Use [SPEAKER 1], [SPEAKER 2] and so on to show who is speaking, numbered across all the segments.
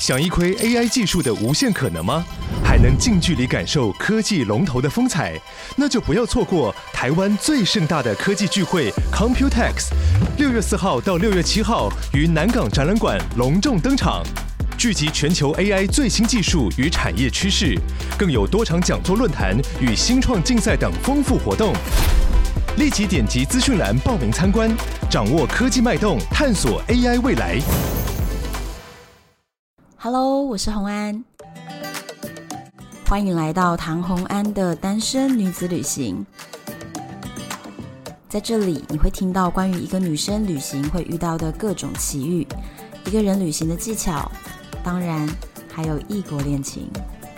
[SPEAKER 1] 想一窥 AI 技术的无限可能吗？还能近距离感受科技龙头的风采？那就不要错过台湾最盛大的科技聚会 Computex， 6月4号到6月7号于南港展览馆隆重登场，聚集全球 AI 最新技术与产业趋势，更有多场讲座论坛与新创竞赛等丰富活动。立即点击资讯栏报名参观，掌握科技脉动，探索 AI 未来。
[SPEAKER 2] Hello， 我是洪安，欢迎来到唐洪安的单身女子旅行。在这里，你会听到关于一个女生旅行会遇到的各种奇遇，一个人旅行的技巧，当然还有异国恋情。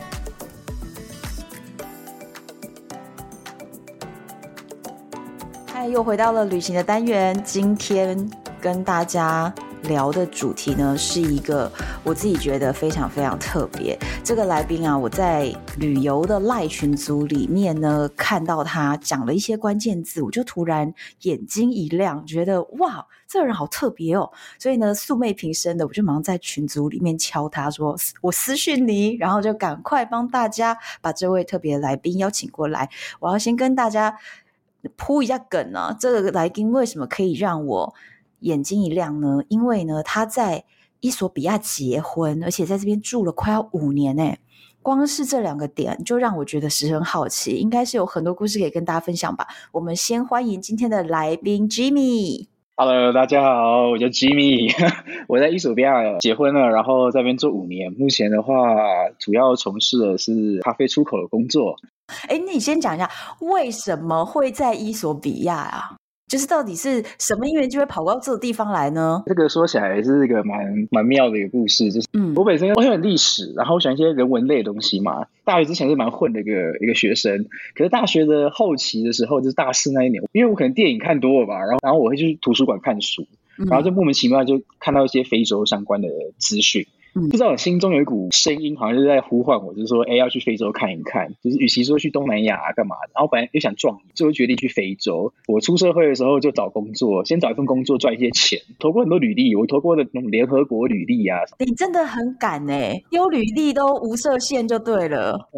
[SPEAKER 2] 嗨，又回到了旅行的单元。今天跟大家聊的主题呢，是一个我自己觉得非常非常特别。这个来宾啊，我在旅游的LINE群组里面呢，看到他讲了一些关键字，我就突然眼睛一亮，觉得哇，这个人好特别哦。所以呢，素昧平生的，我就马上在群组里面敲他说，我私讯你，然后就赶快帮大家把这位特别来宾邀请过来。我要先跟大家铺一下梗啊，这个来宾为什么可以让我眼睛一亮呢？因为呢，他在伊索比亚结婚，而且在这边住了快要5年耶。光是这2个点就让我觉得十分好奇，应该是有很多故事可以跟大家分享吧。我们先欢迎今天的来宾 Jimmy。Hello，
[SPEAKER 3] 大家好，我叫 Jimmy， 我在伊索比亚结婚了，然后在那边做5年。目前的话，主要从事的是咖啡出口的工作。
[SPEAKER 2] 那你先讲一下为什么会在伊索比亚啊？就是到底是什么因缘就会跑到这个地方来呢？
[SPEAKER 3] 这个说起来是一个蛮妙的一个故事，就是我本身我很历史，然后我喜欢一些人文类的东西嘛。大学之前是蛮混的一个学生，可是大学的后期的时候，就是大4那一年，因为我可能电影看多了吧，然后我会去图书馆看书，然后就莫名其妙就看到一些非洲相关的资讯。不知道我心中有一股声音好像就是在呼唤我，就是说要去非洲看一看，就是与其说去东南亚干嘛的，然后本来又想壮游，最后决定去非洲。我出社会的时候就找工作，先找一份工作赚一些钱，投过很多履历，我投过的那种联合国履历啊。
[SPEAKER 2] 你真的很敢耶，丢履历都无设限就对了。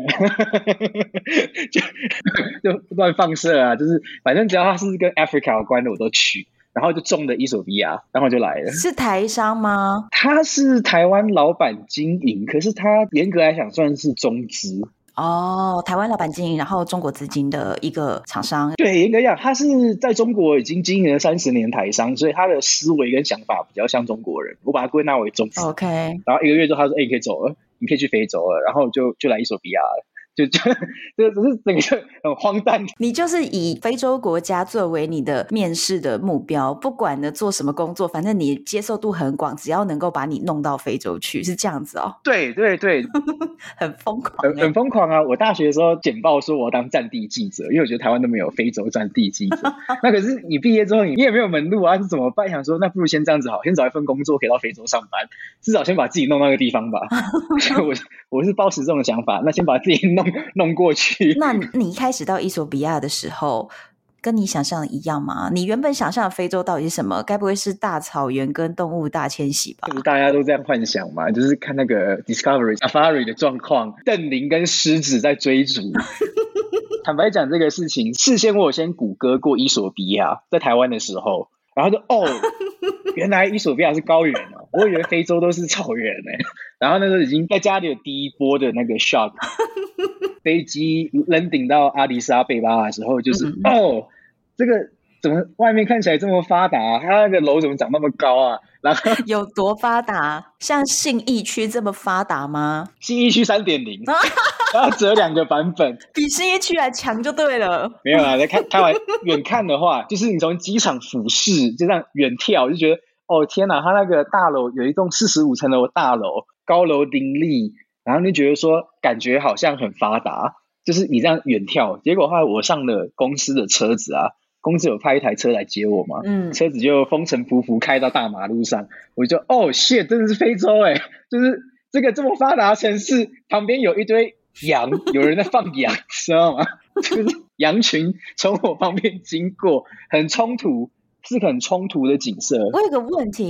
[SPEAKER 3] 就乱放射啊，就是反正只要它是跟 Africa 有关的我都去。然后就中了伊索比亚，然后就来了。
[SPEAKER 2] 是台商吗？
[SPEAKER 3] 他是台湾老板经营，可是他严格来讲算是中资。
[SPEAKER 2] 台湾老板经营，然后中国资金的一个厂商。
[SPEAKER 3] 对，严格讲，他是在中国已经经营了30年台商，所以他的思维跟想法比较像中国人。我把它归纳为中资。
[SPEAKER 2] OK。
[SPEAKER 3] 然后1个月之后，他说：“你可以走了，你可以去非洲了。”然后就来伊索比亚了。这只是整个很荒诞。
[SPEAKER 2] 你就是以非洲国家作为你的面试的目标，不管呢做什么工作，反正你接受度很广，只要能够把你弄到非洲去，是这样子哦。
[SPEAKER 3] 对对对，
[SPEAKER 2] 很疯狂
[SPEAKER 3] 很疯狂啊！我大学的时候简报说我要当战地记者，因为我觉得台湾都没有非洲战地记者。那可是你毕业之后你也没有门路啊，是怎么办？想说那不如先这样子好，先找一份工作可以到非洲上班，至少先把自己弄到那个地方吧。我是抱持这种想法，那先把自己弄过去。
[SPEAKER 2] 那你一开始到伊索比亚的时候，跟你想象的一样吗？你原本想象的非洲到底是什么？该不会是大草原跟动物大迁徙吧？
[SPEAKER 3] 大家都这样幻想嘛，就是看那个 Discovery Safari 的状况，瞪羚跟狮子在追逐。坦白讲这个事情，事先我有先谷歌过伊索比亚，在台湾的时候，然后就原来伊索比亚是高原哦，我以为非洲都是草原然后那时候已经在家里有第一波的那个 shock。飞机 landing 到阿迪斯阿贝巴的时候，就是这个怎么外面看起来这么发达？它那个楼怎么长那么高啊？然后
[SPEAKER 2] 有多发达？像信义区这么发达吗？
[SPEAKER 3] 信义区 3.0 然后折2个版本，
[SPEAKER 2] 比信义区还强就对了。
[SPEAKER 3] 没有啦，在开完远看的话，就是你从机场俯视，就这样远眺，就觉得天哪，它那个大楼有一栋45层楼的大楼，高楼林立。然后你觉得说感觉好像很发达，就是你这样远眺，结果后来我上了公司的车子啊，公司有派一台车来接我嘛，车子就风尘仆仆开到大马路上，我就shit， 真的是非洲就是这个这么发达的城市旁边有一堆羊，有人在放羊，知道吗？就是羊群从我旁边经过，很冲突，是很冲突的景色。
[SPEAKER 2] 我有个问题，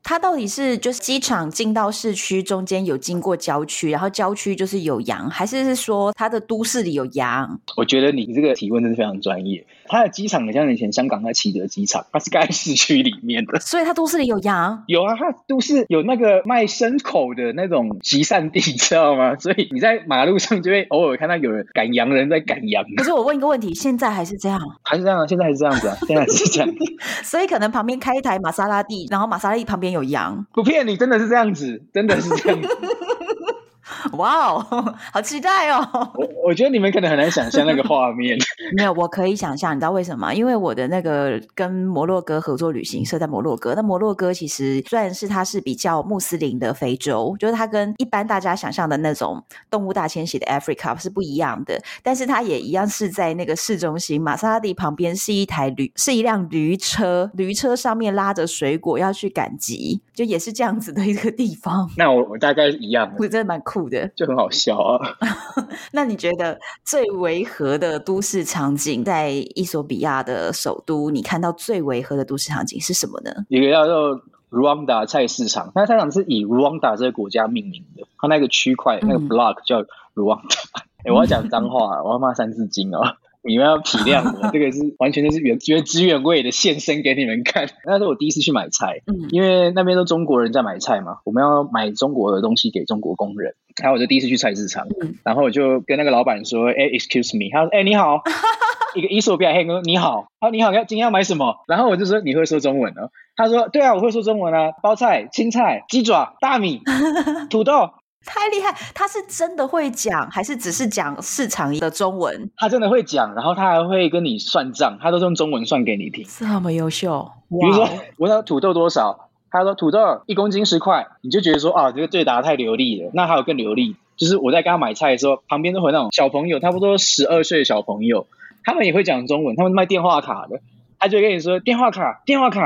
[SPEAKER 2] 它到底是就是机场进到市区中间有经过郊区，然后郊区就是有羊，还是说它的都市里有羊？
[SPEAKER 3] 我觉得你这个提问真是非常专业。它的机场很像以前香港在启德机场，它是盖在市区里面的，
[SPEAKER 2] 所以它都市里有羊？
[SPEAKER 3] 有啊，它都市有那个卖牲口的那种集散地，知道吗？所以你在马路上就会偶尔看到有人赶羊人在赶羊。
[SPEAKER 2] 可是我问一个问题，现在还是这样？
[SPEAKER 3] 还是这样，现在还是这样子啊，现在还是这样子。
[SPEAKER 2] 所以可能旁边开一台玛莎拉蒂，然后玛莎拉蒂旁边有羊。
[SPEAKER 3] 不骗你，真的是这样子，真的是这样子。
[SPEAKER 2] 哇哦，好期待哦！
[SPEAKER 3] 我觉得你们可能很难想象那个画面。
[SPEAKER 2] 没有，我可以想象，你知道为什么吗？因为我的那个跟摩洛哥合作旅行社在摩洛哥，那摩洛哥其实虽然是它是比较穆斯林的非洲，就是它跟一般大家想象的那种动物大迁徙的 Africa 是不一样的，但是它也一样是在那个市中心，玛莎拉蒂旁边是一辆驴车，驴车上面拉着水果要去赶集，就也是这样子的一个地方。
[SPEAKER 3] 那我大概一样的，
[SPEAKER 2] 我真的蛮酷的，
[SPEAKER 3] 就很好笑啊。
[SPEAKER 2] 那你觉得最违和的都市场景，在伊索比亚的首都，你看到最违和的都市场景是什么呢？
[SPEAKER 3] 一个叫做 Rwanda 菜市场，那菜市场是以 Rwanda 这个国家命名的，它那个区块那个 block 叫 Rwanda。我要讲脏话，我要骂3字经哦。你们要体谅我，这个是完全就是原汁原味的现身给你们看。那是我第一次去买菜，因为那边都中国人在买菜嘛，我们要买中国的东西给中国工人。然后我就第一次去菜市场，然后我就跟那个老板说，excuse me， 他说，你好，一个伊索比亚黑人，你好，他说你好，今天要买什么？然后我就说你会说中文哦？他说对啊，我会说中文啊，包菜、青菜、鸡爪、大米、土豆。
[SPEAKER 2] 太厉害！他是真的会讲，还是只是讲市场的中文？
[SPEAKER 3] 他真的会讲，然后他还会跟你算账，他都是用中文算给你听。
[SPEAKER 2] 这么优秀！
[SPEAKER 3] 比如说，我说土豆多少，他说土豆1公斤10块，你就觉得说啊，这个对答太流利了。那还有更流利，就是我在跟他买菜的时候，旁边都会有那种小朋友，差不多12岁的小朋友，他们也会讲中文，他们卖电话卡的。他就跟你说电话卡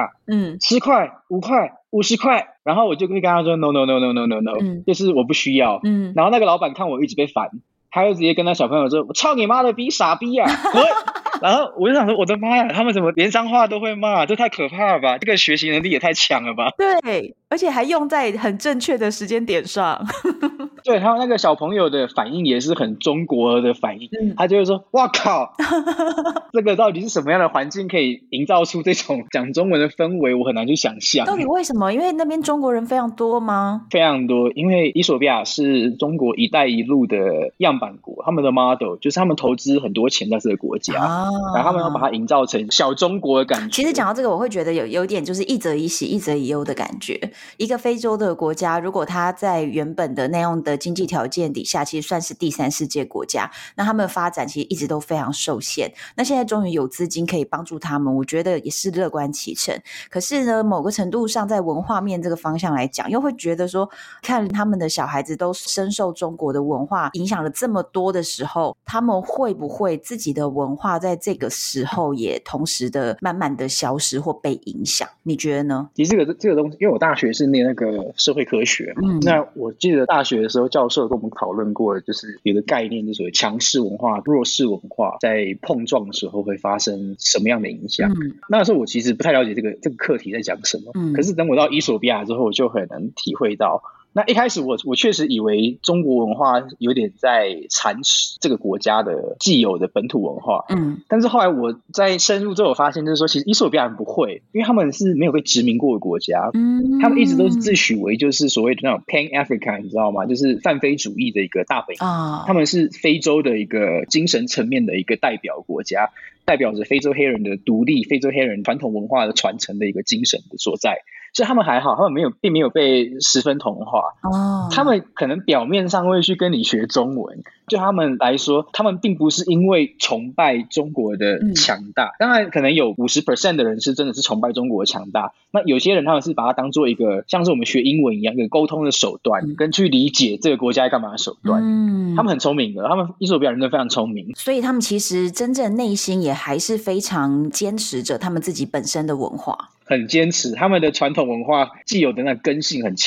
[SPEAKER 3] ，10块、5块、50块，然后我就跟他说 no， 就是我不需要。然后那个老板看我一直被烦，他就直接跟他小朋友说：“我操你妈的逼，傻逼啊！”然后我就想说，我的妈呀，他们怎么连脏话都会骂？这太可怕了吧！这个学习能力也太强了吧？
[SPEAKER 2] 对，而且还用在很正确的时间点上。
[SPEAKER 3] 对，他们那个小朋友的反应也是很中国的反应，他就会说：“哇靠，这个到底是什么样的环境可以营造出这种讲中文的氛围？我很难去想象。”
[SPEAKER 2] 到底为什么？因为那边中国人非常多吗？
[SPEAKER 3] 非常多，因为伊索比亚是中国一带一路的样板国，他们的 model 就是他们投资很多钱在这个国家，然后他们要把它营造成小中国的感觉。
[SPEAKER 2] 其实讲到这个，我会觉得有点就是一则以喜，一则以忧的感觉。一个非洲的国家，如果它在原本的那样的经济条件底下，其实算是第三世界国家，那他们的发展其实一直都非常受限。那现在终于有资金可以帮助他们，我觉得也是乐观其成。可是呢，某个程度上，在文化面这个方向来讲，又会觉得说，看他们的小孩子都深受中国的文化影响了这么多的时候，他们会不会自己的文化在这个时候也同时的慢慢的消失或被影响？你觉得呢？
[SPEAKER 3] 其实这个东西，因为我大学是念那个社会科学嘛，那我记得大学的时候教授跟我们讨论过，就是有个概念，就是所谓强势文化、弱势文化在碰撞的时候会发生什么样的影响。那时候我其实不太了解这个课题在讲什么，可是等我到伊索比亚之后，我就很能体会到。那一开始我确实以为中国文化有点在蚕食这个国家的既有的本土文化，但是后来我在深入之后，我发现就是说，其实伊索比亚人不会，因为他们是没有被殖民过的国家，他们一直都是自诩为就是所谓的那种 Pan Africa， 你知道吗？就是泛非主义的一个大本营，他们是非洲的一个精神层面的一个代表国家，代表着非洲黑人的独立、非洲黑人传统文化的传承的一个精神的所在。所以他们还好，他们并没有被十分同化。他们可能表面上会去跟你学中文，对他们来说，他们并不是因为崇拜中国的强大。当然，可能有50% 的人是真的是崇拜中国的强大。那有些人他们是把它当做一个像是我们学英文一样一个沟通的手段，跟去理解这个国家在干嘛的手段。他们很聪明的，他们伊索比亚人真的非常聪明。
[SPEAKER 2] 所以他们其实真正内心也还是非常坚持着他们自己本身的文化。
[SPEAKER 3] 很坚持，他们的传统文化既有的那根性很强，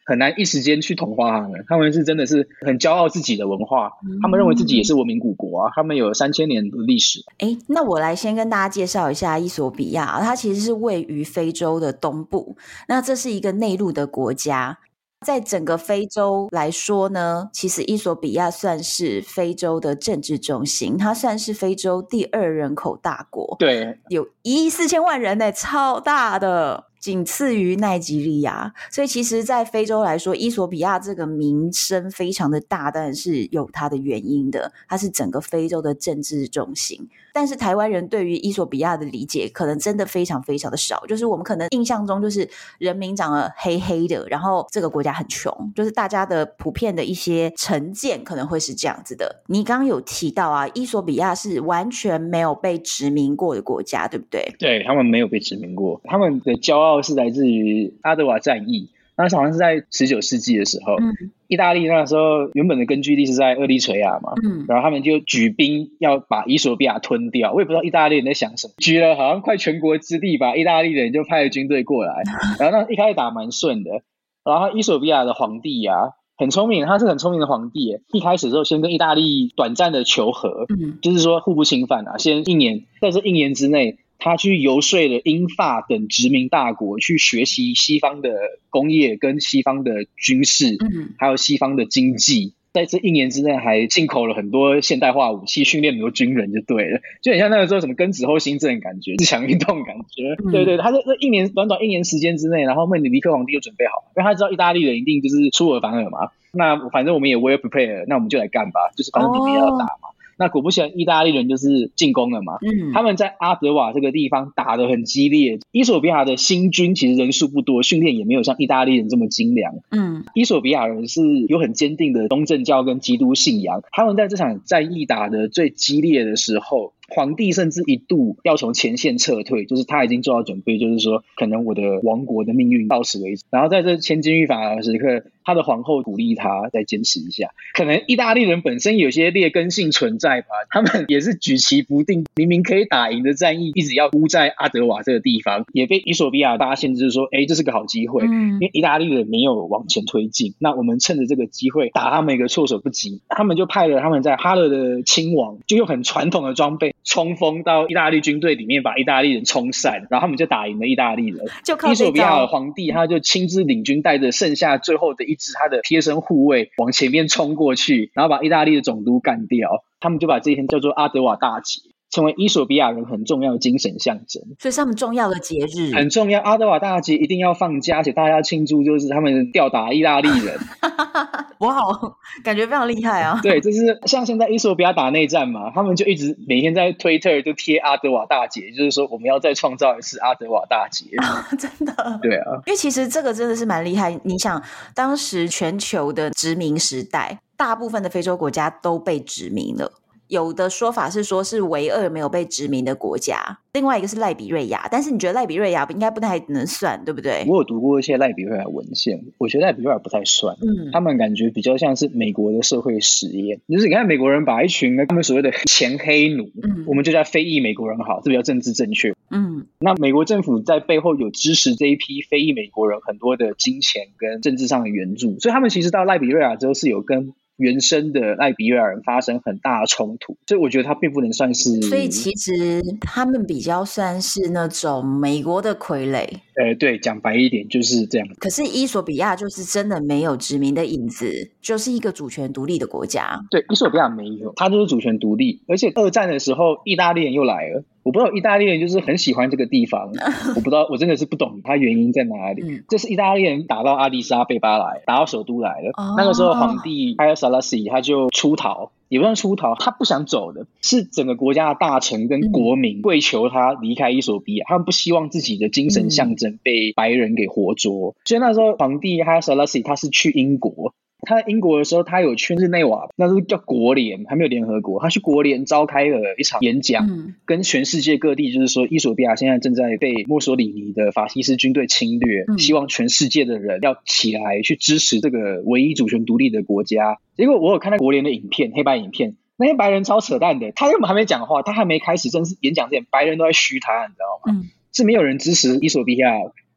[SPEAKER 3] 很难一时间去同化他们是真的是很骄傲自己的文化，他们认为自己也是文明古国啊，他们有3000年的历史。
[SPEAKER 2] 那我来先跟大家介绍一下伊索比亚，它其实是位于非洲的东部，那这是一个内陆的国家。在整个非洲来说呢，其实伊索比亚算是非洲的政治中心，它算是非洲第2人口大国，
[SPEAKER 3] 对，
[SPEAKER 2] 有1亿4千万人超大的，仅次于奈及利亚。所以其实在非洲来说，伊索比亚这个名声非常的大，但是有它的原因的，它是整个非洲的政治中心。但是台湾人对于伊索比亚的理解可能真的非常非常的少，就是我们可能印象中就是人民长得黑黑的，然后这个国家很穷，就是大家的普遍的一些成见可能会是这样子的。你刚刚有提到啊，伊索比亚是完全没有被殖民过的国家，对不对？
[SPEAKER 3] 对，他们没有被殖民过，他们的骄傲是来自于阿德瓦战役，那好像是在19世纪的时候，意大利那时候原本的根据地是在厄立垂亚嘛，然后他们就举兵要把伊索比亚吞掉。我也不知道意大利人在想什么，举了好像快全国之力吧，意大利人就派了军队过来，然后那一开始打蛮顺的，然后伊索比亚的皇帝啊很聪明，他是很聪明的皇帝耶。一开始的时候先跟意大利短暂的求和，就是说互不侵犯啊，先1年，在这1年之内他去游说了英法等殖民大国去学习西方的工业跟西方的军事，还有西方的经济。在这1年之内还进口了很多现代化武器，训练很多军人就对了，就很像那个时候什么庚子后新政感觉，自强运动感觉。对对，他在这短短1年时间之内，然后曼尼克皇帝就准备好了，因为他知道意大利人一定就是出尔反尔嘛，那反正我们也 well prepared， 那我们就来干吧，就是反正你们也要打嘛。那果不其然，意大利人就是进攻了嘛。他们在阿德瓦这个地方打得很激烈。伊索比亚的新军其实人数不多，训练也没有像意大利人这么精良。伊索比亚人是有很坚定的东正教跟基督信仰。他们在这场战役打得最激烈的时候，皇帝甚至一度要从前线撤退，就是他已经做好准备，就是说可能我的王国的命运到此为止。然后在这千钧一发的时刻，他的皇后鼓励他再坚持一下。可能意大利人本身有些劣根性存在吧，他们也是举棋不定，明明可以打赢的战役一直要孤在阿德瓦这个地方，也被伊索比亚发现，就是说这是个好机会，因为意大利人没有往前推进，那我们趁着这个机会打他们一个措手不及。他们就派了他们在哈勒的亲王，就用很传统的装备冲锋到意大利军队里面，把意大利人冲散，然后他们就打赢了意大利人。就靠伊索比亚的皇帝他就亲自领军，带着剩下最后的一支他的贴身护卫往前面冲过去，然后把意大利的总督干掉。他们就把这一天叫做阿德瓦大捷，成为伊索比亚人很重要的精神象征。
[SPEAKER 2] 所以是他们重要的节日，
[SPEAKER 3] 很重要。阿德瓦大捷一定要放假，而且大家要庆祝，就是他们吊打意大利人。
[SPEAKER 2] 哇，感觉非常厉害啊！
[SPEAKER 3] 对，就是像现在伊索比亚打内战嘛，他们就一直每天在推特就贴阿德瓦大捷，就是说我们要再创造一次阿德瓦大捷。
[SPEAKER 2] 真的？
[SPEAKER 3] 对啊，
[SPEAKER 2] 因为其实这个真的是蛮厉害。你想，当时全球的殖民时代，大部分的非洲国家都被殖民了。有的说法是说是唯2没有被殖民的国家，另外一个是赖比瑞亚，但是你觉得赖比瑞亚应该不太能算，对不对？
[SPEAKER 3] 我有读过一些赖比瑞亚文献，我觉得赖比瑞亚不太算，他们感觉比较像是美国的社会实验，就是你看美国人把一群他们所谓的前黑奴，我们就叫非裔美国人好，这比较政治正确。那美国政府在背后有支持这一批非裔美国人很多的金钱跟政治上的援助，所以他们其实到赖比瑞亚之后是有跟原生的赖比瑞亚人发生很大的冲突，所以我觉得他并不能算是，
[SPEAKER 2] 所以其实他们比较算是那种美国的傀儡。
[SPEAKER 3] 对，讲白一点就是这样。
[SPEAKER 2] 可是伊索比亚就是真的没有殖民的影子，就是一个主权独立的国家。
[SPEAKER 3] 对，伊索比亚没有，它就是主权独立。而且2战的时候意大利人又来了，我不知道意大利人就是很喜欢这个地方我不知道，我真的是不懂它原因在哪里。这是意大利人打到阿迪沙贝巴来，打到首都来了。那个时候皇帝海尔萨拉西他就出逃，也不算出逃，他不想走的，是整个国家的大臣跟国民跪求他离开伊索比亚，他们不希望自己的精神象征被白人给活捉。所以那时候皇帝海尔萨拉西他是去英国，他在英国的时候他有去日内瓦，那是叫国联，还没有联合国，他去国联召开了一场演讲，跟全世界各地就是说伊索比亚现在正在被墨索里尼的法西斯军队侵略，希望全世界的人要起来去支持这个唯一主权独立的国家。结果我有看到国联的影片，黑白影片，那些白人超扯淡的，他根本还没讲话，他还没开始正式演讲之前，白人都在嘘他，你知道吗？是没有人支持伊索比亚，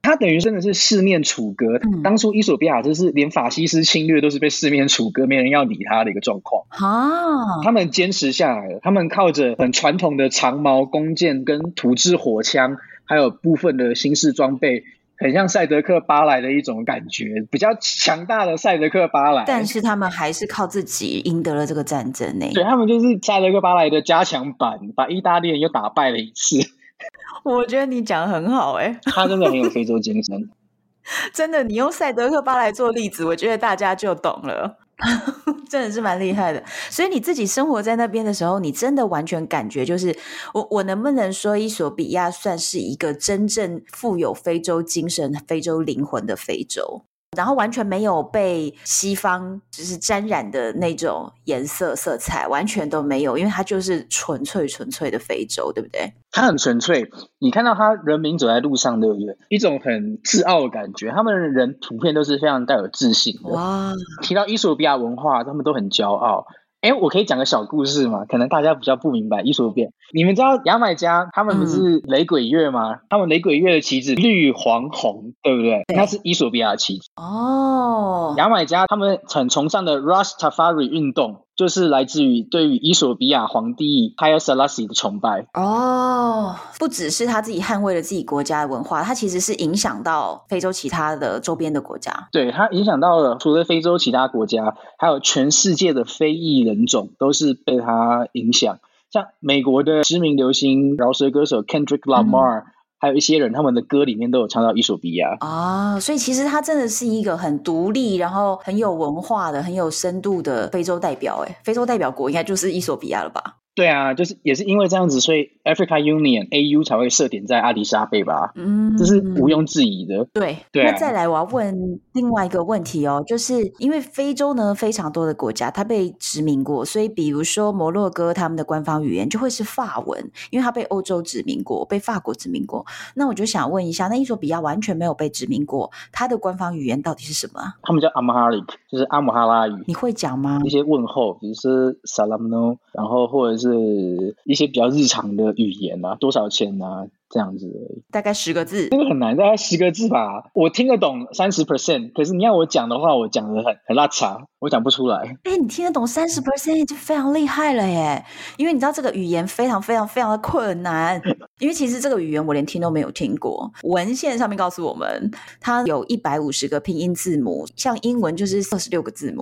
[SPEAKER 3] 他等于真的是四面楚歌。当初伊索比亚就是连法西斯侵略都是被四面楚歌，没人要理他的一个状况啊。他们坚持下来了，他们靠着很传统的长矛弓箭跟土制火枪，还有部分的新式装备，很像赛德克巴莱的一种感觉，比较强大的赛德克巴莱，
[SPEAKER 2] 但是他们还是靠自己赢得了这个战争呢。
[SPEAKER 3] 对，他们就是赛德克巴莱的加强版，把意大利人又打败了一次。
[SPEAKER 2] 我觉得你讲得很好
[SPEAKER 3] 他真的很有非洲精神。
[SPEAKER 2] 真的，你用赛德克巴莱做例子，我觉得大家就懂了。真的是蛮厉害的。所以你自己生活在那边的时候，你真的完全感觉就是我能不能说伊索比亚算是一个真正富有非洲精神、非洲灵魂的非洲，然后完全没有被西方就是沾染的那种颜色色彩，完全都没有，因为它就是纯粹的非洲，对不对？
[SPEAKER 3] 它很纯粹，你看到他人民走在路上，对不对？一种很自傲的感觉，他们的人普遍都是非常带有自信的。哇！提到伊索比亚文化，他们都很骄傲。我可以讲个小故事吗？可能大家比较不明白伊索比亚。你们知道牙买加他们不是雷鬼乐吗？他们雷鬼乐的旗帜绿黄红，对不对？那是伊索比亚的旗帜。哦。牙买加他们很崇尚的 Rastafari 运动，就是来自于对于伊索比亚皇帝 Haile Selassie 的崇拜。哦，
[SPEAKER 2] 不只是他自己捍卫了自己国家的文化，他其实是影响到非洲其他的周边的国家。
[SPEAKER 3] 对，他影响到了除了非洲其他国家，还有全世界的非裔人种都是被他影响。像美国的知名流行饶舌歌手 Kendrick Lamar，还有一些人他们的歌里面都有唱到伊索比亚
[SPEAKER 2] 啊，所以其实他真的是一个很独立，然后很有文化的、很有深度的非洲代表。非洲代表国应该就是伊索比亚了吧？
[SPEAKER 3] 对啊，就是也是因为这样子，所以 Africa Union AU 才会设点在阿迪沙贝巴，这是毋庸置疑的。
[SPEAKER 2] 对，那再来我要问另外一个问题哦，就是因为非洲呢非常多的国家它被殖民过，所以比如说摩洛哥他们的官方语言就会是法文，因为它被欧洲殖民过，被法国殖民过。那我就想问一下，那伊索比亚完全没有被殖民过，它的官方语言到底是什么？
[SPEAKER 3] 他们叫 Amharic， 就是阿姆哈拉语。
[SPEAKER 2] 你会讲吗？
[SPEAKER 3] 一些问候，比如说 Salamno， 然后或者是一些比较日常的语言啊，多少钱啊，这样子而已。
[SPEAKER 2] 大概10个字。
[SPEAKER 3] 这个很难，大概10个字吧。我听得懂30%，可是你要我讲的话，我讲得很拉碴，我讲不出来。
[SPEAKER 2] 你听得懂30%就非常厉害了耶！因为你知道这个语言非常的困难，因为其实这个语言我连听都没有听过。文献上面告诉我们，它有150个拼音字母，像英文就是26个字母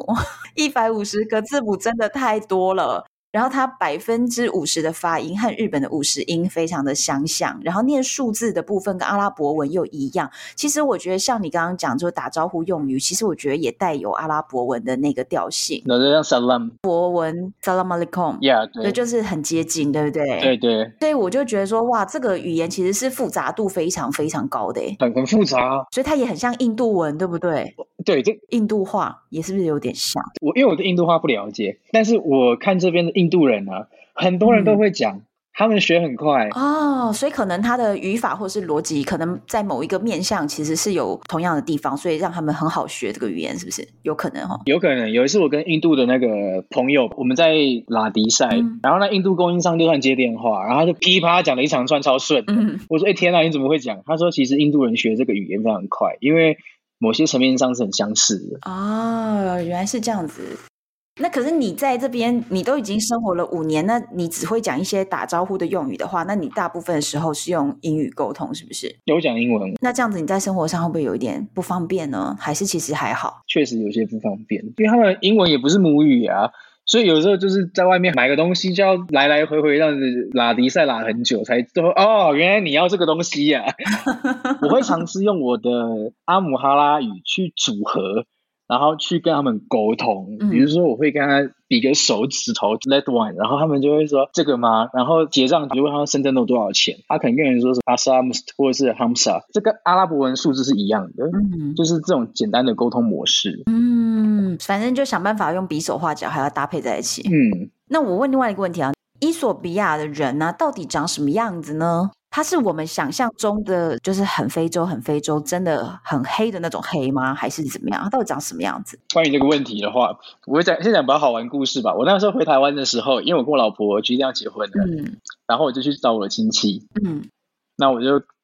[SPEAKER 2] ，150个字母真的太多了。然后它50%的发音和日本的50音非常的相像，然后念数字的部分跟阿拉伯文又一样。其实我觉得像你刚刚讲，就打招呼用语，其实我觉得也带有阿拉伯文的那个调性。
[SPEAKER 3] 那就像 salam，
[SPEAKER 2] 伯文 salam alaikum，
[SPEAKER 3] 对，
[SPEAKER 2] 就是很接近，对不对？
[SPEAKER 3] 对对。
[SPEAKER 2] 所以我就觉得说，哇，这个语言其实是复杂度非常高的，
[SPEAKER 3] 很复杂，
[SPEAKER 2] 所以它也很像印度文，对不对？
[SPEAKER 3] 对，这
[SPEAKER 2] 印度话也是不是有点像？
[SPEAKER 3] 因为我对印度话不了解，但是我看这边的印度人啊，很多人都会讲，他们学很快
[SPEAKER 2] 哦，所以可能他的语法或是逻辑，可能在某一个面向其实是有同样的地方，所以让他们很好学这个语言，是不是？有可能哦。
[SPEAKER 3] 有可能。有一次我跟印度的那个朋友，我们在拉迪赛，然后那印度供应商就算接电话，然后他就噼啪讲了一长串超顺。我说天哪，你怎么会讲？他说其实印度人学这个语言非常快，因为某些层面上是很相似的。
[SPEAKER 2] 哦，原来是这样子。那可是你在这边，你都已经生活了5年，那你只会讲一些打招呼的用语的话，那你大部分的时候是用英语沟通，是不是？
[SPEAKER 3] 有讲英文。
[SPEAKER 2] 那这样子你在生活上会不会有一点不方便呢？还是其实还好？
[SPEAKER 3] 确实有些不方便，因为他们英文也不是母语啊，所以有时候就是在外面买个东西就要来来回回这样子拉迪赛拉很久才说哦，原来你要这个东西啊。我会尝试用我的阿姆哈拉语去组合，然后去跟他们沟通。比如说我会跟他比个手指头 let one， 然后他们就会说这个吗？然后结账就问他深圳豆多少钱，他可能跟人说是 Asam 或者是 Hamsa， 这跟阿拉伯文数字是一样的。就是这种简单的沟通模式。
[SPEAKER 2] 反正就想办法用比手画脚还要搭配在一起。那我问另外一个问题啊，伊索比亚的人呢，到底长什么样子呢？他是我们想象中的就是很非洲真的很黑的那种黑吗？还是怎么样？他到底长什么样子？
[SPEAKER 3] 关于这个问题的话，我会先讲比较好玩故事吧。我那时候回台湾的时候，因为我跟我老婆决定要结婚了，然后我就去找我的亲戚，那我就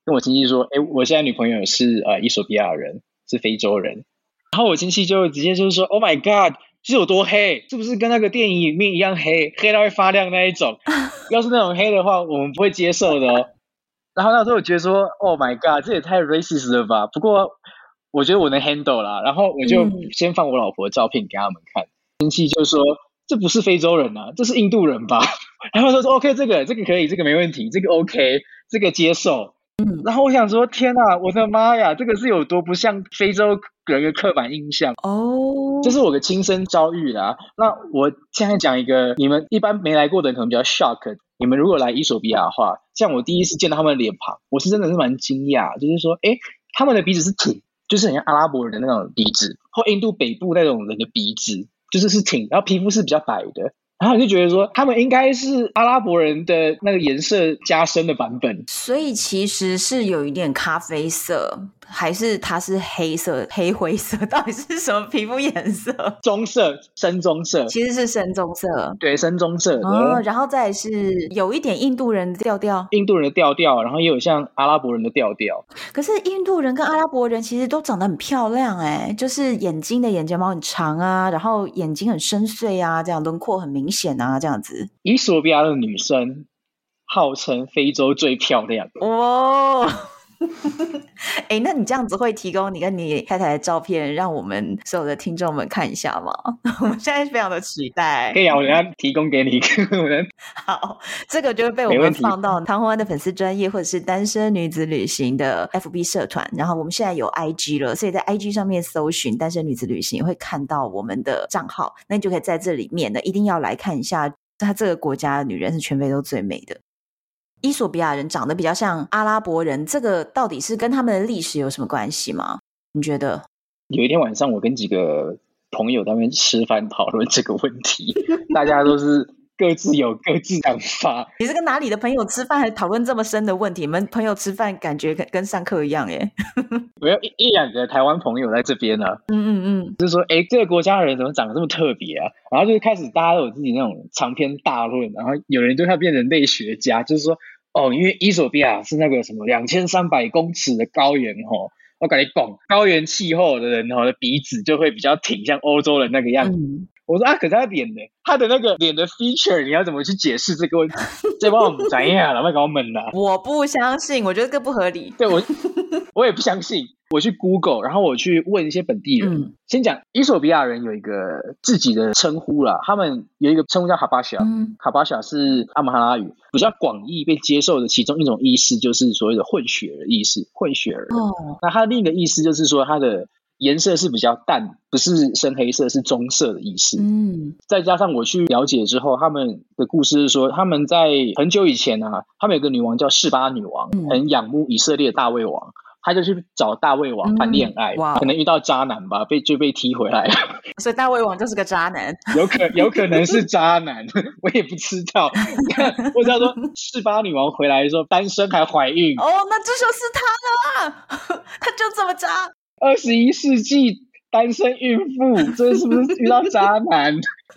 [SPEAKER 3] 跟我亲戚说，我现在女朋友是伊索比亚人，是非洲人。然后我亲戚就直接就是说 ，Oh my God， 是有多黑？是不是跟那个电影里面一样黑，黑到会发亮那一种？要是那种黑的话，我们不会接受的哦。然后那时候我觉得说 ，Oh my God， 这也太 racist 了吧？不过我觉得我能 handle 啦。然后我就先放我老婆的照片给他们看，亲戚就说这不是非洲人啊，这是印度人吧？然后他说 OK， 这个可以，这个没问题，这个 OK， 这个接受。然后我想说，天哪，我的妈呀，这个是有多不像非洲人的刻板印象哦！这是我的亲身遭遇啦。那我现在讲一个你们一般没来过的人可能比较 shock。你们如果来伊索比亚的话，像我第一次见到他们的脸庞，我是真的是蛮惊讶，就是说，他们的鼻子是挺，就是很像阿拉伯人的那种鼻子，或印度北部那种人的鼻子，就是挺，然后皮肤是比较白的。然后你就觉得说，他们应该是阿拉伯人的那个颜色加深的版本，
[SPEAKER 2] 所以其实是有一点咖啡色，还是它是黑色、黑灰色？到底是什么皮肤颜色？
[SPEAKER 3] 棕色、深棕色，
[SPEAKER 2] 其实是深棕色，
[SPEAKER 3] 对，深棕色的。
[SPEAKER 2] 然后再来是有一点印度人的调调，
[SPEAKER 3] 印度人的调调，然后也有像阿拉伯人的调调。
[SPEAKER 2] 可是印度人跟阿拉伯人其实都长得很漂亮就是眼睛的眼睫毛很长啊，然后眼睛很深邃啊，这样轮廓很明显啊，这样子。
[SPEAKER 3] 伊索比亚的女生号称非洲最漂亮
[SPEAKER 2] 哦。那你这样子会提供你跟你太太的照片让我们所有的听众们看一下吗？我们现在非常的期待。
[SPEAKER 3] 可以啊，我等一下提供给你。
[SPEAKER 2] 好，这个就会被我们放到唐宏安的粉丝专页或者是单身女子旅行的 FB 社团，然后我们现在有 IG 了，所以在 IG 上面搜寻单身女子旅行会看到我们的账号，那你就可以在这里面呢一定要来看一下，他这个国家的女人是全非洲最美的。伊索比亚人长得比较像阿拉伯人，这个到底是跟他们的历史有什么关系吗？你觉得？
[SPEAKER 3] 有一天晚上我跟几个朋友在那边吃饭讨论这个问题，大家都是各自有各自想法。
[SPEAKER 2] 你是跟哪里的朋友吃饭还讨论这么深的问题？你们朋友吃饭感觉跟上课一样耶。
[SPEAKER 3] 我有一两个台湾朋友在这边呢。就是说这个国家的人怎么长得这么特别啊？然后就开始大家都有自己那种长篇大论，然后有人就要变人类学家，就是说因为伊索比亚是那个什么2300公尺的高原我跟你讲，高原气候的人的鼻子就会比较挺，像欧洲人那个样子。我说可是他脸呢？他的那个脸的 feature， 你要怎么去解释这个问题？这帮我们怎样了？快给我们啦！
[SPEAKER 2] 我不相信，我觉得这不合理。
[SPEAKER 3] 对我也不相信。我去 Google， 然后我去问一些本地人。先讲伊索比亚人有一个自己的称呼啦，他们有一个称呼叫哈巴夏。哈巴夏是阿马哈拉语，比较广义被接受的其中一种意思就是所谓的混血儿意思，混血儿。那它另一个意思就是说它的颜色是比较淡，不是深黑色，是棕色的意思。再加上我去了解之后，他们的故事是说，他们在很久以前啊，他们有个女王叫示巴女王，很仰慕以色列的大卫王，他就去找大卫王谈恋爱，可能遇到渣男吧，就被踢回来了。
[SPEAKER 2] 所以大卫王就是个渣男。
[SPEAKER 3] 有可能是渣男，我也不知道。我知道说示巴女王回来说单身还怀孕。
[SPEAKER 2] 那这就是他了他就这么渣。
[SPEAKER 3] 21世纪单身孕妇，这是不是遇到渣男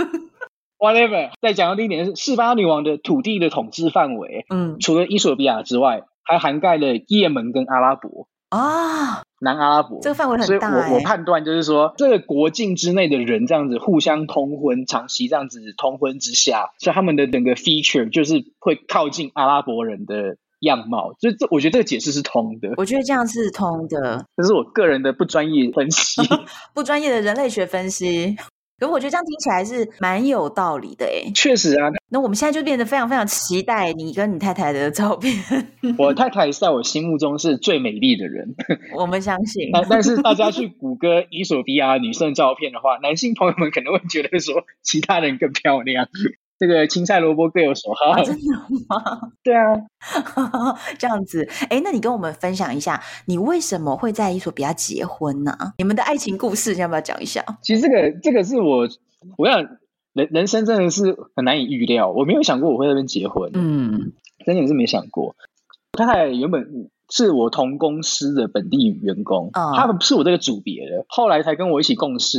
[SPEAKER 3] ？Whatever。再讲到第一点是示巴女王的土地的统治范围，除了伊索比亚之外，还涵盖了也门跟阿拉伯南阿拉伯，
[SPEAKER 2] 这个范围很大。
[SPEAKER 3] 所以我判断就是说，这个国境之内的人这样子互相通婚，长期这样子通婚之下，所以他们的整个 feature 就是会靠近阿拉伯人的样貌，所以我觉得这个解释是通的。
[SPEAKER 2] 我觉得这样是通的，
[SPEAKER 3] 这是我个人的不专业分析，
[SPEAKER 2] 不专业的人类学分析。可是我觉得这样听起来是蛮有道理的
[SPEAKER 3] 确实啊。
[SPEAKER 2] 那我们现在就变得非常非常期待你跟你太太的照片。
[SPEAKER 3] 我太太在我心目中是最美丽的人。
[SPEAKER 2] 我们相信。
[SPEAKER 3] 但是大家去谷歌伊索比亚女生照片的话，男性朋友们可能会觉得说其他人更漂亮。这个青菜萝卜各有所好。
[SPEAKER 2] 真的吗？
[SPEAKER 3] 对啊。
[SPEAKER 2] 这样子。那你跟我们分享一下你为什么会在伊索比亚结婚呢？你们的爱情故事你要不要讲一下？
[SPEAKER 3] 其实这个是我想人生真的是很难以预料，我没有想过我会在那边结婚。真的是没想过。太太原本是我同公司的本地员工，他们是我这个组别的，后来才跟我一起共事。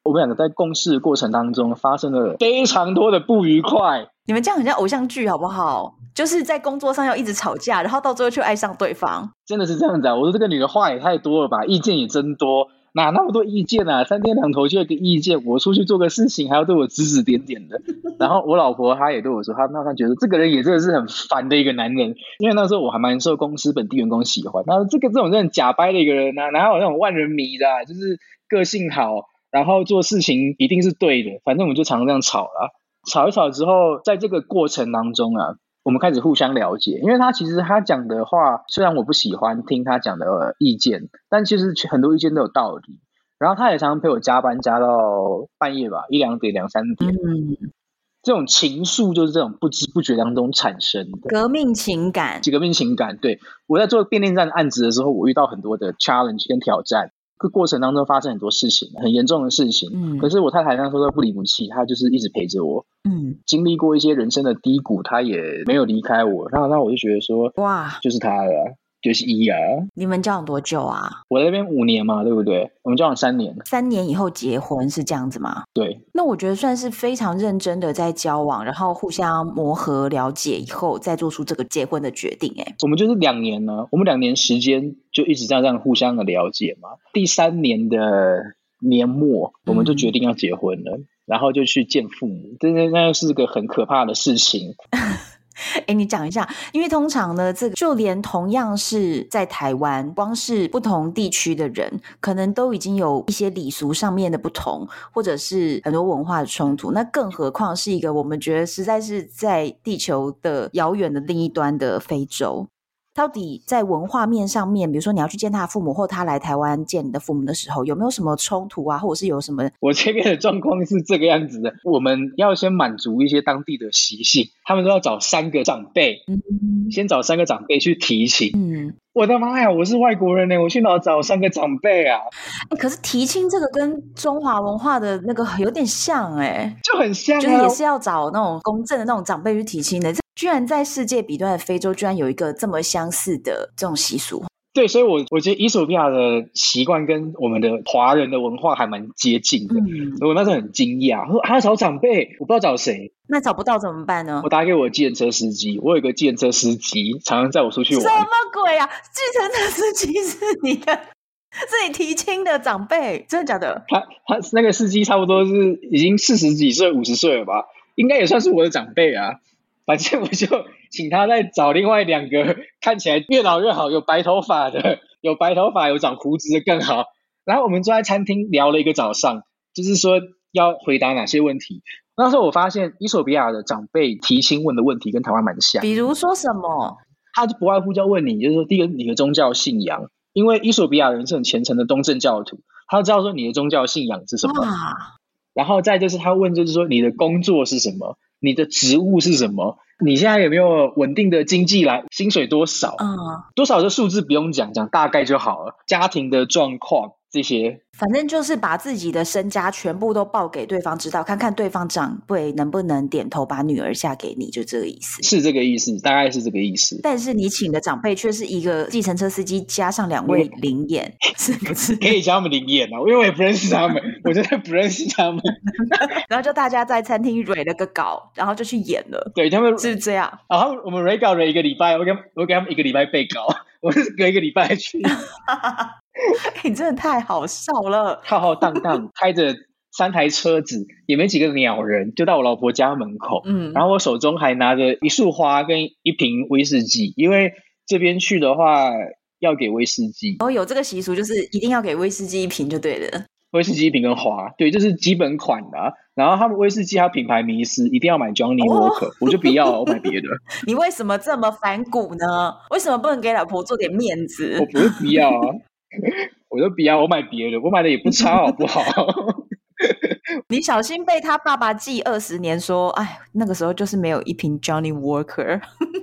[SPEAKER 3] 我们两个在共事的过程当中发生了非常多的不愉快。
[SPEAKER 2] 你们这样很像偶像剧好不好？就是在工作上要一直吵架，然后到最后却爱上对方。
[SPEAKER 3] 真的是这样子啊！我说这个女的话也太多了吧，意见也真多，哪那么多意见啊？三天两头就一个意见，我出去做个事情还要对我指指点点的。然后我老婆她也对我说，她觉得这个人也真的是很烦的一个男人，因为那时候我还蛮受公司本地员工喜欢。她说这种真的假掰的一个人啊，哪有那种万人迷的啊，就是个性好，然后做事情一定是对的。反正我们就常常这样吵啦。吵一吵之后，在这个过程当中啊，我们开始互相了解，因为他讲的话，虽然我不喜欢听他讲的意见，但其实很多意见都有道理。然后他也常常陪我加班加到半夜吧，1、2点、2、3点。这种情愫就是这种不知不觉当中产生的
[SPEAKER 2] 革命情感。
[SPEAKER 3] 对，我在做变电站案子的时候，我遇到很多的 challenge 跟挑战。这过程当中发生很多事情，很严重的事情。可是我太太那时候都不离不弃，她就是一直陪着我。经历过一些人生的低谷，她也没有离开我。然后我就觉得说，哇，就是她了。就是啊。
[SPEAKER 2] 你们交往多久啊？
[SPEAKER 3] 我在那边5年嘛，对不对？我们交往3年。
[SPEAKER 2] 3年以后结婚是这样子吗？
[SPEAKER 3] 对。
[SPEAKER 2] 那我觉得算是非常认真的在交往，然后互相磨合了解以后，再做出这个结婚的决定。
[SPEAKER 3] 我们就是2年呢，我们2年时间就一直这样互相的了解嘛。第3年的年末，我们就决定要结婚了，然后就去见父母。那是个很可怕的事情。
[SPEAKER 2] 你讲一下，因为通常呢，这个就连同样是在台湾，光是不同地区的人，可能都已经有一些礼俗上面的不同，或者是很多文化的冲突。那更何况是一个我们觉得实在是在地球的遥远的另一端的非洲。到底在文化面上面，比如说你要去见他的父母，或他来台湾见你的父母的时候，有没有什么冲突啊，或者是有什么？
[SPEAKER 3] 我这边的状况是这个样子的，我们要先满足一些当地的习性，他们都要找3个长辈，先找3个长辈去提亲。我的妈呀，我是外国人呢，我去哪找3个长辈啊？
[SPEAKER 2] 可是提亲这个跟中华文化的那个有点像
[SPEAKER 3] 就很像啊，
[SPEAKER 2] 就是也是要找那种公正的那种长辈去提亲的。居然在世界彼端的非洲，居然有一个这么相似的这种习俗。
[SPEAKER 3] 对，所以我觉得伊索比亚的习惯跟我们的华人的文化还蛮接近的。我那时候很惊讶，说还要找长辈，我不知道找谁。
[SPEAKER 2] 那找不到怎么办呢？
[SPEAKER 3] 我打给我计程车司机，我有一个计程车司机常常载我出去玩。
[SPEAKER 2] 什么鬼啊？计程车司机是你的？是你提亲的长辈？真的假的？
[SPEAKER 3] 他那个司机差不多是已经40几岁、50岁了吧，应该也算是我的长辈啊。反正我就请他再找另外2个看起来越老越好，有白头发的，有长胡子的更好。然后我们坐在餐厅聊了一个早上，就是说要回答哪些问题。那时候我发现伊索比亚的长辈提亲问的问题跟台湾蛮像。
[SPEAKER 2] 比如说什么？
[SPEAKER 3] 他就不外乎就问你，就是说第一个你的宗教信仰，因为伊索比亚人是很虔诚的东正教徒，他知道说你的宗教信仰是什么。然后再就是他问就是说你的工作是什么，你的职务是什么，你现在有没有稳定的经济来，薪水多少？多少的数字不用讲大概就好了。家庭的状况这些，
[SPEAKER 2] 反正就是把自己的身家全部都报给对方知道，看看对方长辈能不能点头把女儿嫁给你，就这个意思。
[SPEAKER 3] 是这个意思，大概是这个意思。
[SPEAKER 2] 但是你请的长辈却是一个计程车司机加上2位灵眼，是不是？
[SPEAKER 3] 可以叫他们灵眼啊，因为我也不认识他们，我真的不认识他们。
[SPEAKER 2] 然后就大家在餐厅蕊了个稿，然后就去演了。
[SPEAKER 3] 对，他们
[SPEAKER 2] 是这样。
[SPEAKER 3] 然后我们蕊稿蕊1个礼拜，我给他们1个礼拜背稿，我是隔1个礼拜去。
[SPEAKER 2] 你真的太好笑了，
[SPEAKER 3] 浩浩荡荡开着3台车子，也没几个鸟人，就到我老婆家门口。然后我手中还拿着一束花跟1瓶威士忌，因为这边去的话要给威士忌。
[SPEAKER 2] 有这个习俗，就是一定要给威士忌1瓶就对了。
[SPEAKER 3] 威士忌1瓶跟花，对，这是基本款的啊。然后他们威士忌还有品牌迷思，一定要买 Johnny Walker，我就不要，我买别的。
[SPEAKER 2] 你为什么这么反骨呢？为什么不能给老婆做点面子？
[SPEAKER 3] 我不是不要啊，我就不要，我买别的，我买的也不差，好不好？
[SPEAKER 2] 你小心被他爸爸记20年说，哎，那个时候就是没有1瓶 Johnny Walker。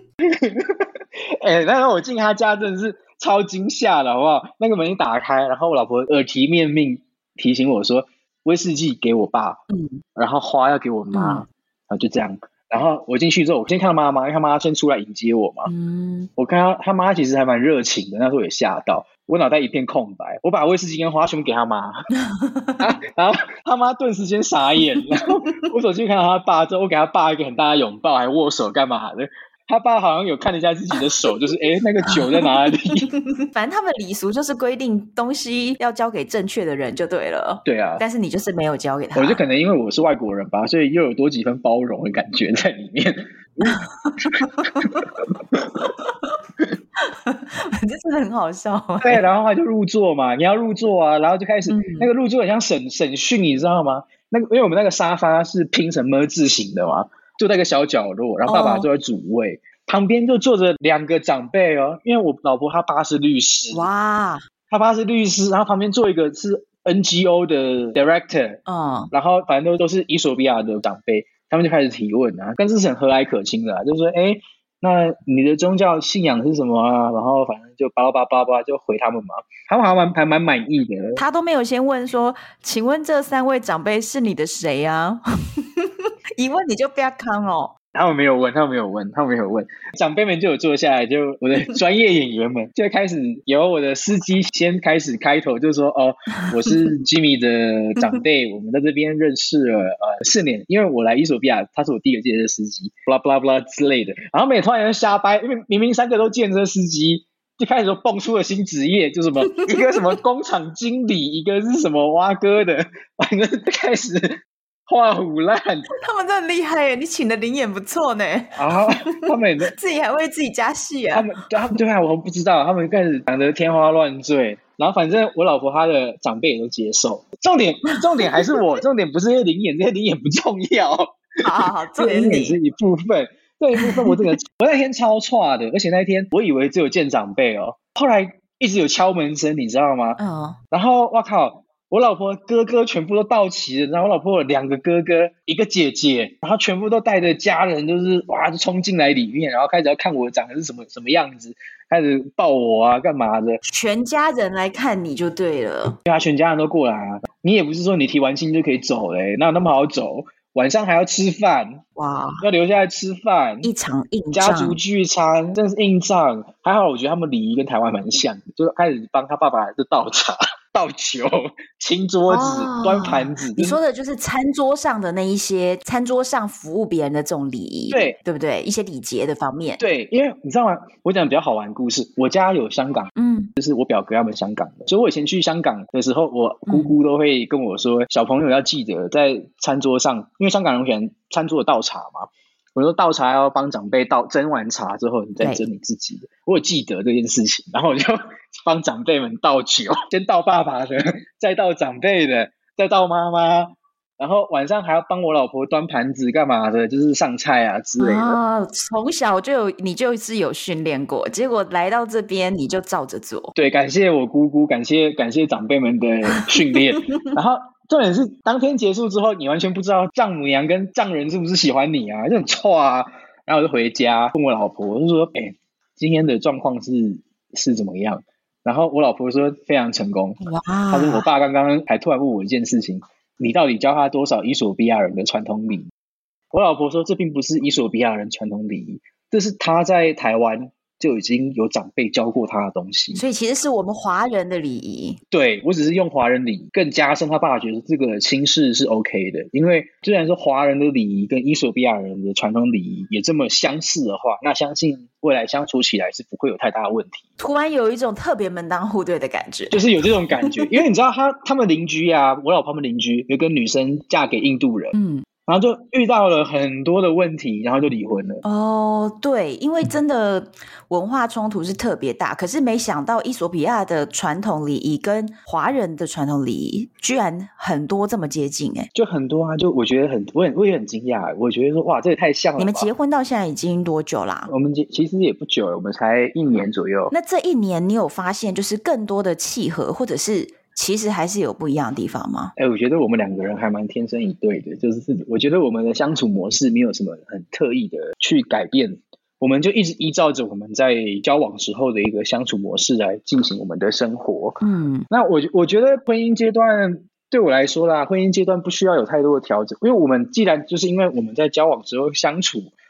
[SPEAKER 3] 那时候我进他家真的是超惊吓的，好不好？那个门一打开，然后我老婆耳提面命提醒我说，威士忌给我爸，然后花要给我妈，就这样。然后我进去之后，我先看到妈妈，因为他妈先出来迎接我嘛。我看到他妈其实还蛮热情的，那时候也吓到。 我脑袋一片空白，我把威士忌跟花全部给他妈然后他妈顿时间傻眼，然后我走去看到他爸之后，我给他爸一个很大的拥抱，还握手干嘛的。他爸好像有看了一下自己的手，就是那个酒在哪里
[SPEAKER 2] 反正他们礼俗就是规定东西要交给正确的人就对了。
[SPEAKER 3] 对啊，
[SPEAKER 2] 但是你就是没有交给他。
[SPEAKER 3] 我觉得可能因为我是外国人吧，所以又有多几分包容的感觉在里面
[SPEAKER 2] 这真的很好笑
[SPEAKER 3] 对，然后他就入座嘛，你要入座啊，然后就开始、那个入座很像审讯，你知道吗？那个因为我们那个沙发是拼成 M 字形的嘛，就在一个小角落，然后爸爸坐在主位，旁边就坐着2个长辈哦，因为我老婆她爸是律师，
[SPEAKER 2] 哇，
[SPEAKER 3] 他爸是律师，然后旁边坐一个是 NGO 的 director，然后反正都是伊索比亚的长辈，他们就开始提问啊，但是很和蔼可亲的就是说那你的宗教信仰是什么啊？然后反正就巴拉巴拉巴拉就回他们嘛，他们还蛮满意的。
[SPEAKER 2] 他都没有先问说，请问这3位长辈是你的谁啊？一问你就不要康哦。
[SPEAKER 3] 他们没有问，长辈们就有坐下来，就我的专业演员们就开始由我的司机先开始开头，就说我是 Jimmy 的长辈，我们在这边认识了4年，因为我来伊索比亚，他是我第一个计程车司机 blah blah blah 之类的，然后每突然间瞎掰，因为明明3个都计程车司机，就开始说蹦出了新职业，就什么一个什么工厂经理，一个是什么挖哥的，反正就开始画虎烂。
[SPEAKER 2] 他们真的很厉害耶，你请的灵眼不错呢。
[SPEAKER 3] 他们
[SPEAKER 2] 自己还为自己加戏啊。
[SPEAKER 3] 他们对啊，我不知道，他们开始讲得天花乱坠。然后反正我老婆她的长辈也都接受。重点还是我，重点不是这些灵眼，这些灵眼不重要。
[SPEAKER 2] 好，重点是你
[SPEAKER 3] 是一部分。这一部分我那天超挫的，而且那天我以为只有见长辈后来一直有敲门声，你知道吗？然后哇靠！我老婆哥哥全部都到齐了，然后我老婆有2个哥哥1个姐姐，然后全部都带着家人，就是哇就冲进来里面，然后开始要看我长得是什么样子，开始抱我啊干嘛的，
[SPEAKER 2] 全家人来看你就对了。
[SPEAKER 3] 对啊，全家人都过来啊，你也不是说你提完亲就可以走哪有那么好走，晚上还要吃饭，哇，要留下来吃饭，
[SPEAKER 2] 一场硬仗，
[SPEAKER 3] 家族聚餐，真的是硬仗。还好我觉得他们礼仪跟台湾蛮像的，就开始帮他爸爸就倒茶倒酒清桌子端盘子。
[SPEAKER 2] 你说的就是餐桌上的那一些餐桌上服务别人的这种礼仪，对不对？一些礼节的方面。
[SPEAKER 3] 对，因为你知道吗，我讲比较好玩的故事，我家有香港，就是我表哥他们香港的，所以我以前去香港的时候，我姑姑都会跟我说，小朋友要记得在餐桌上，因为香港人喜欢餐桌的倒茶嘛，我说倒茶要帮长辈蒸完茶之后，你再蒸你自己的。我有记得这件事情，然后我就帮长辈们倒酒，先倒爸爸的，再倒长辈的，再倒妈妈，然后晚上还要帮我老婆端盘子干嘛的，就是上菜啊之类的。
[SPEAKER 2] 从小你就是有训练过，结果来到这边你就照着做。
[SPEAKER 3] 对，感谢我姑姑，感谢长辈们的训练。然后重点是当天结束之后，你完全不知道丈母娘跟丈人是不是喜欢你啊，就很臭啊。然后我就回家问我老婆，我就说今天的状况是怎么样？然后我老婆说非常成功。哇！她说我爸刚刚还突然问我一件事情，你到底教他多少伊索比亚人的传统礼仪？我老婆说这并不是伊索比亚人传统礼仪，这是他在台湾就已经有长辈教过他的东西，
[SPEAKER 2] 所以其实是我们华人的礼仪。
[SPEAKER 3] 对，我只是用华人礼仪更加深他爸爸觉得这个亲事是 OK 的，因为虽然说华人的礼仪跟伊索比亚人的传统礼仪也这么相似的话，那相信未来相处起来是不会有太大的问题。
[SPEAKER 2] 突然有一种特别门当户对的感觉，
[SPEAKER 3] 就是有这种感觉。因为你知道他们邻居啊，我老婆们邻居有个女生嫁给印度人，然后就遇到了很多的问题，然后就离婚了。
[SPEAKER 2] 对，因为真的文化冲突是特别大，可是没想到伊索比亚的传统礼仪跟华人的传统礼仪居然很多这么接近
[SPEAKER 3] 就很多啊，就我觉得我也很惊讶，我觉得说哇，这也太像了吧。
[SPEAKER 2] 你们结婚到现在已经多久啦？
[SPEAKER 3] 我们其实也不久了，我们才1年左右。
[SPEAKER 2] 那这1年你有发现就是更多的契合，或者是其实还是有不一样的地方吗？
[SPEAKER 3] 我觉得我们2个人还蛮天生一对的，就是我觉得我们的相处模式没有什么很特意的去改变，我们就一直依照着我们在交往时候的一个相处模式来进行我们的生活。那我觉得婚姻阶段对我来说啦，婚姻阶段不需要有太多的调整，因为我们既然就是因为我们在交往之后相处，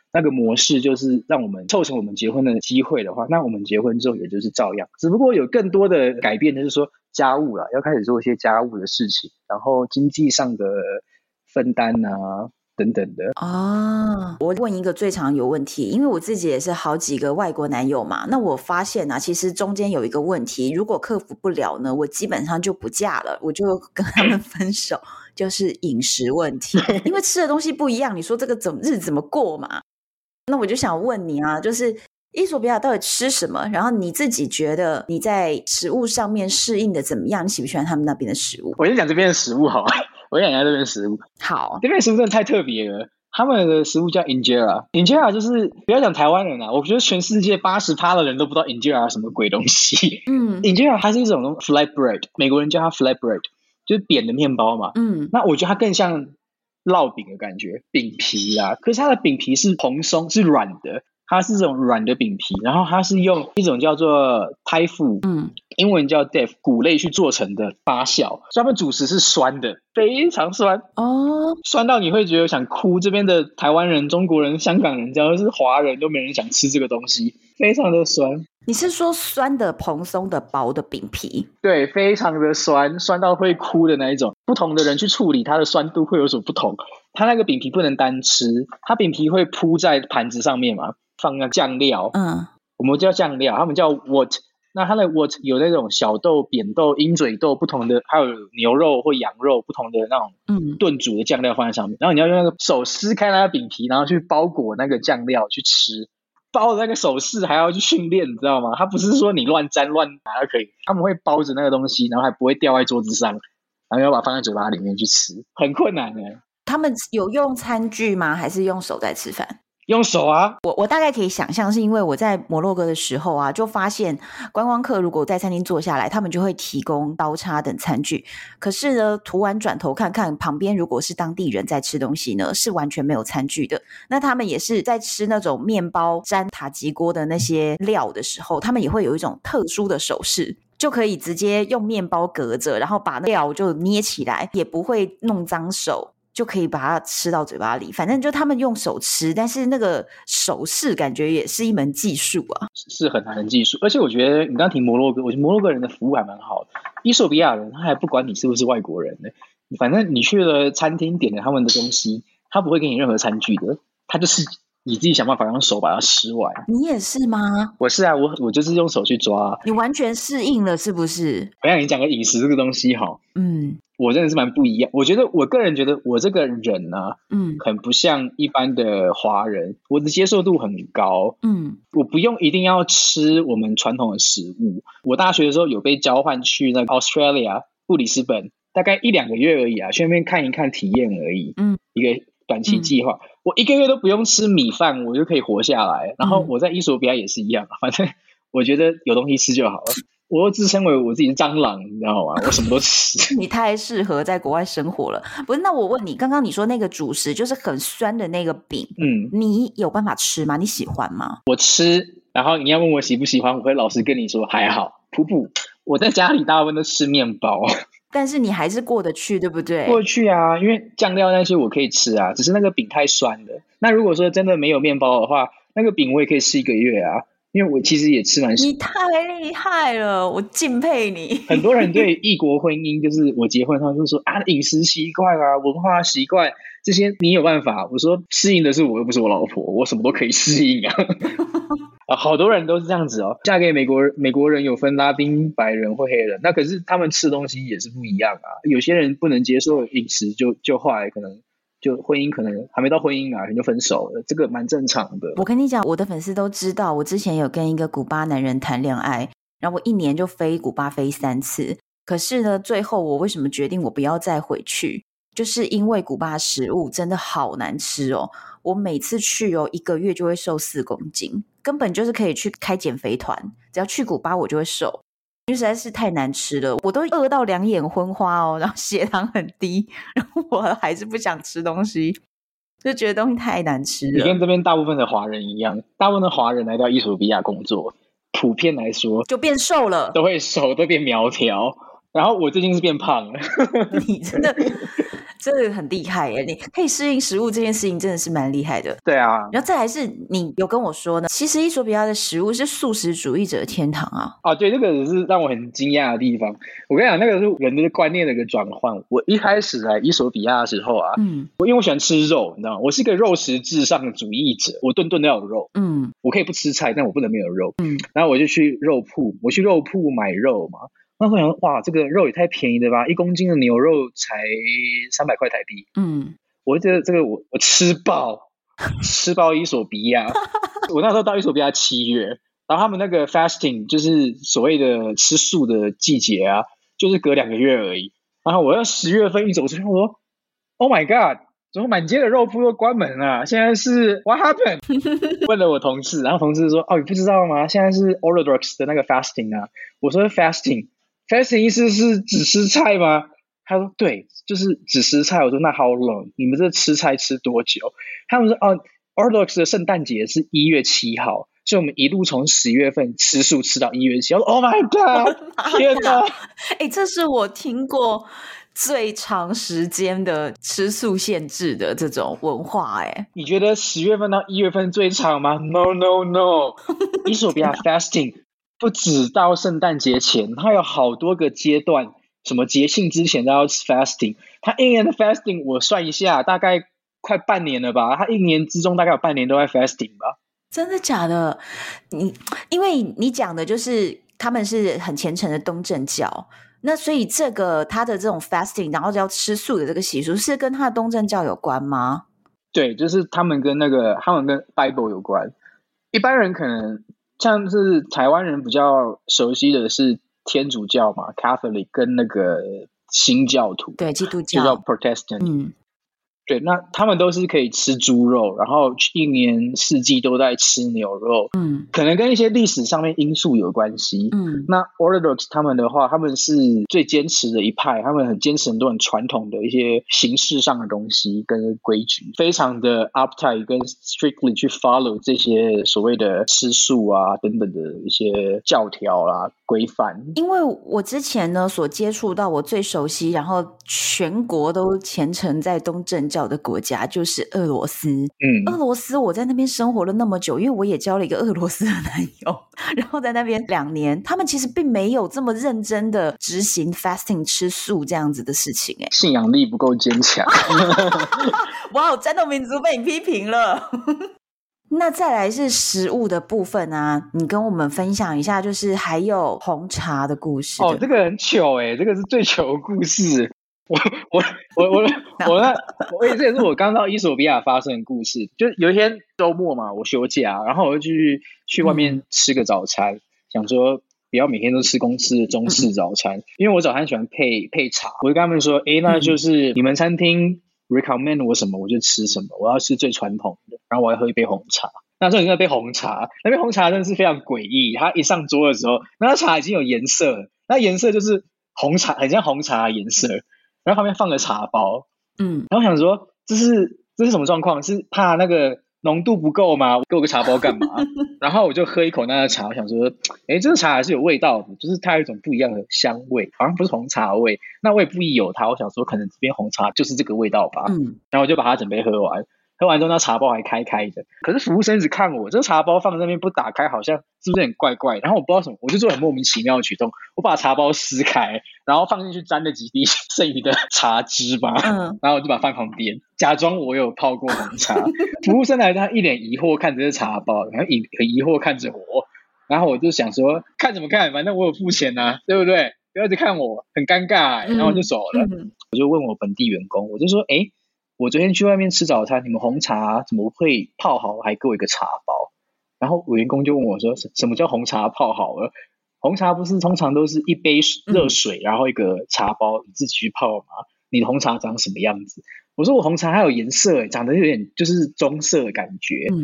[SPEAKER 3] 那个模式就是让我们凑成我们结婚的机会的话，那我们结婚之后也就是照样，只不过有更多的改变，就是说家务啦，要开始做一些家务的事情，然后经济上的分担啊等等的。
[SPEAKER 2] 我问一个最常有问题，因为我自己也是好几个外国男友嘛，那我发现其实中间有一个问题，如果克服不了呢，我基本上就不嫁了，我就跟他们分手，就是饮食问题，因为吃的东西不一样，你说这个日子怎么过嘛？那我就想问你就是伊索比亚到底吃什么？然后你自己觉得你在食物上面适应的怎么样？你喜不喜欢他们那边的食物？
[SPEAKER 3] 我先讲这边的食物好了，我先讲一下这边的食物。
[SPEAKER 2] 好，
[SPEAKER 3] 这边的食物真的太特别了。他们的食物叫 injera 就是不要讲台湾人我觉得全世界80%的人都不知道 injera 什么鬼东西。injera 它是一种 flatbread， 美国人叫它 flatbread， 就是扁的面包嘛。那我觉得它更像烙饼的感觉，饼皮啦。可是它的饼皮是蓬松，是软的。它是这种软的饼皮，然后它是用一种叫做胎腹，英文叫 deaf 谷类去做成的发酵，所以它们主食是酸的，非常酸酸到你会觉得想哭。这边的台湾人、中国人、香港人，只要是华人都没人想吃这个东西，非常的酸。
[SPEAKER 2] 你是说酸的、蓬松的、薄的饼皮？
[SPEAKER 3] 对，非常的酸，酸到会哭的那一种。不同的人去处理它的酸度会有所不同。它那个饼皮不能单吃，它饼皮会铺在盘子上面嘛，放那酱料，我们叫酱料，他们叫 wort。那它的 wort 有那种小豆、扁豆、鹰嘴豆不同的，还有牛肉或羊肉不同的那种炖煮的酱料放在上面，然后你要用那个手撕开那个饼皮，然后去包裹那个酱料去吃。包的那个手势还要去训练，你知道吗？它不是说你乱沾乱拿就可以，他们会包着那个东西，然后还不会掉在桌子上，然后要把它放在嘴巴里面去吃，很困难的。
[SPEAKER 2] 他们有用餐具吗？还是用手在吃饭？
[SPEAKER 3] 用手啊。
[SPEAKER 2] 我大概可以想象，是因为我在摩洛哥的时候就发现观光客如果在餐厅坐下来，他们就会提供刀叉等餐具，可是呢突然转头看看旁边，如果是当地人在吃东西呢，是完全没有餐具的。那他们也是在吃那种面包沾塔吉锅的那些料的时候，他们也会有一种特殊的手势，就可以直接用面包隔着，然后把料就捏起来，也不会弄脏手，就可以把它吃到嘴巴里。反正就他们用手吃，但是那个手势感觉也是一门技术
[SPEAKER 3] 是很难的技术。而且我觉得你刚刚提摩洛哥，我觉得摩洛哥人的服务还蛮好的。伊索比亚人他还不管你是不是外国人呢，反正你去了餐厅点了他们的东西，他不会给你任何餐具的，他就是你自己想办法用手把它吃完。
[SPEAKER 2] 你也是吗？
[SPEAKER 3] 我是啊，我就是用手去抓。
[SPEAKER 2] 你完全适应了是不是？
[SPEAKER 3] 我让你讲个饮食这个东西好。我真的是蛮不一样。我个人觉得我这个人呢，很不像一般的华人，我的接受度很高。我不用一定要吃我们传统的食物。我大学的时候有被交换去那个 Australia 布里斯本，大概1-2个月而已去那边看一看体验而已。一个短期计划。我1个月都不用吃米饭，我就可以活下来。然后我在伊索比亚也是一样，反正我觉得有东西吃就好了。我又自称为我自己是蟑螂，你知道吗？我什么都吃。
[SPEAKER 2] 你太适合在国外生活了。不是，那我问你，刚刚你说那个主食就是很酸的那个饼，你有办法吃吗？你喜欢吗？
[SPEAKER 3] 我吃，然后你要问我喜不喜欢，我会老实跟你说还好。普普，我在家里大部分都吃面包。
[SPEAKER 2] 但是你还是过得去，对不对？
[SPEAKER 3] 过得去啊，因为酱料那些我可以吃啊，只是那个饼太酸了。那如果说真的没有面包的话，那个饼我也可以吃1个月啊。因为我其实也吃蛮。
[SPEAKER 2] 你太厉害了，我敬佩你。
[SPEAKER 3] 很多人对异国婚姻，就是我结婚，他们就说饮食习惯文化习惯这些你有办法。我说适应的是我，又不是我老婆，我什么都可以适应啊。好多人都是这样子嫁给美国人有分拉丁、白人或黑人，那可是他们吃的东西也是不一样啊。有些人不能接受饮食，就后来可能。就婚姻可能还没到婚姻可能就分手了，这个蛮正常的。
[SPEAKER 2] 我跟你讲，我的粉丝都知道，我之前有跟一个古巴男人谈恋爱，然后我1年就飞古巴飞3次。可是呢，最后我为什么决定我不要再回去，就是因为古巴食物真的好难吃我每次去1个月就会瘦4公斤，根本就是可以去开减肥团，只要去古巴我就会瘦。因为实在是太难吃了，我都饿到2眼昏花然后血糖很低，然后我还是不想吃东西，就觉得东西太难吃了。
[SPEAKER 3] 你跟这边大部分的华人一样，大部分的华人来到伊索比亚工作，普遍来说
[SPEAKER 2] 就变瘦了，
[SPEAKER 3] 都会瘦，都变苗条。然后我最近是变胖了。
[SPEAKER 2] 你真的真的很厉害耶，你可以适应食物这件事情真的是蛮厉害的。
[SPEAKER 3] 对啊，
[SPEAKER 2] 然后再来是你有跟我说呢，其实伊索比亚的食物是素食主义者的天堂啊。
[SPEAKER 3] 对，这个也是让我很惊讶的地方。我跟你讲，那个是人的观念的一个转换。我一开始来伊索比亚的时候啊，因为我喜欢吃肉，你知道吗？我是一个肉食至上的主义者，我顿顿都要有肉。我可以不吃菜，但我不能没有肉。然后我就去肉铺买肉嘛。那我想说，哇，这个肉也太便宜了吧！1公斤的牛肉才300块台币。我觉得这个我吃爆伊索比亚。我那时候到伊索比亚7月，然后他们那个 fasting 就是所谓的吃素的季节啊，就是隔2个月而已。然后我要10月份一走出去，我说 Oh my god， 怎么满街的肉铺都关门了？现在是 What happened？ 问了我同事，然后同事说你不知道吗？现在是 Orthodox 的那个 fasting 啊。我说 fasting 意思是只吃菜吗？他说对，就是只吃菜。我说那 how long？ 你们这吃菜吃多久？他们说Orthodox 的圣诞节是1月7号，所以我们一路从10月份吃素吃到1月7号。Oh my god！ 天哪！
[SPEAKER 2] 这是我听过最长时间的吃素限制的这种文化。
[SPEAKER 3] 你觉得10月份到1月份最长吗？ No 伊索比亚 fasting 不止到圣诞节前，它有好多个阶段，什么节庆之前都要吃 fasting。它1年的 fasting 我算一下，大概快半年了吧。它1年之中大概有半年都在 fasting 吧。
[SPEAKER 2] 真的假的？因为你讲的就是他们是很虔诚的东正教，那所以这个他的这种 fasting 然后要吃素的这个习俗是跟他的东正教有关吗？
[SPEAKER 3] 对，就是他们跟 Bible 有关。一般人可能像是台湾人比较熟悉的是天主教嘛 Catholic 跟那个新教徒，
[SPEAKER 2] 对，基督教
[SPEAKER 3] 就叫 Protestant。对，那他们都是可以吃猪肉，然后1年4季都在吃牛肉。可能跟一些历史上面因素有关系。那 Orthodox 他们的话，他们是最坚持的一派，他们很坚持很多很传统的一些形式上的东西跟规矩，非常的 uptight 跟 strictly 去 follow 这些所谓的吃素啊等等的一些教条啦规范。
[SPEAKER 2] 因为我之前呢所接触到我最熟悉，然后全国都虔诚在东正教的国家就是俄罗斯。俄罗斯我在那边生活了那么久，因为我也交了一个俄罗斯的男友，然后在那边2年，他们其实并没有这么认真的执行 fasting 吃素这样子的事情。
[SPEAKER 3] 信仰力不够坚强。
[SPEAKER 2] 哇，战斗民族被你批评了。那再来是食物的部分啊，你跟我们分享一下，就是还有红茶的故事。
[SPEAKER 3] 这个很糗这个是最糗的故事。这也是我刚到伊索比亚发生的故事。就有一天周末嘛，我休假，然后我就去外面吃个早餐，想说不要每天都吃公司的中式早餐，因为我早餐喜欢配茶。我就跟他们说，那就是你们餐厅 recommend 我什么我就吃什么，我要吃最传统的，然后我要喝一杯红茶。那时候那杯红茶真的是非常诡异。它一上桌的时候，那茶已经有颜色了，那颜色就是红茶，很像红茶的颜色。然后旁边放个茶包，然后想说这是什么状况？是怕那个浓度不够吗？给我个茶包干嘛？然后我就喝一口那个茶，我想说，这个茶还是有味道的，就是它有一种不一样的香味，好像不是红茶味。那我也不疑有它，我想说可能这边红茶就是这个味道吧。然后我就把它整杯喝完。喝完之后，那茶包还开的，可是服务生一直看我，这个茶包放在那边不打开，好像是不是很怪怪？然后我不知道什么，我就做很莫名其妙的举动，我把茶包撕开，然后放进去沾了几滴剩余的茶汁吧，然后我就把它放旁边，假装我有泡过红茶。服务生来，他一脸疑惑看着这茶包，然后很疑惑看着我，然后我就想说，看怎么看，反正我有付钱啊，对不对？不要一直看我，很尴尬然后我就走了。我就问我本地员工，我就说，我昨天去外面吃早餐，你们红茶怎么会泡好还给我一个茶包？然后我员工就问我说，什么叫红茶泡好了？红茶不是通常都是一杯热水，然后一个茶包，你自己去泡吗？你的红茶长什么样子？我说我红茶还有颜色，长得有点就是棕色的感觉。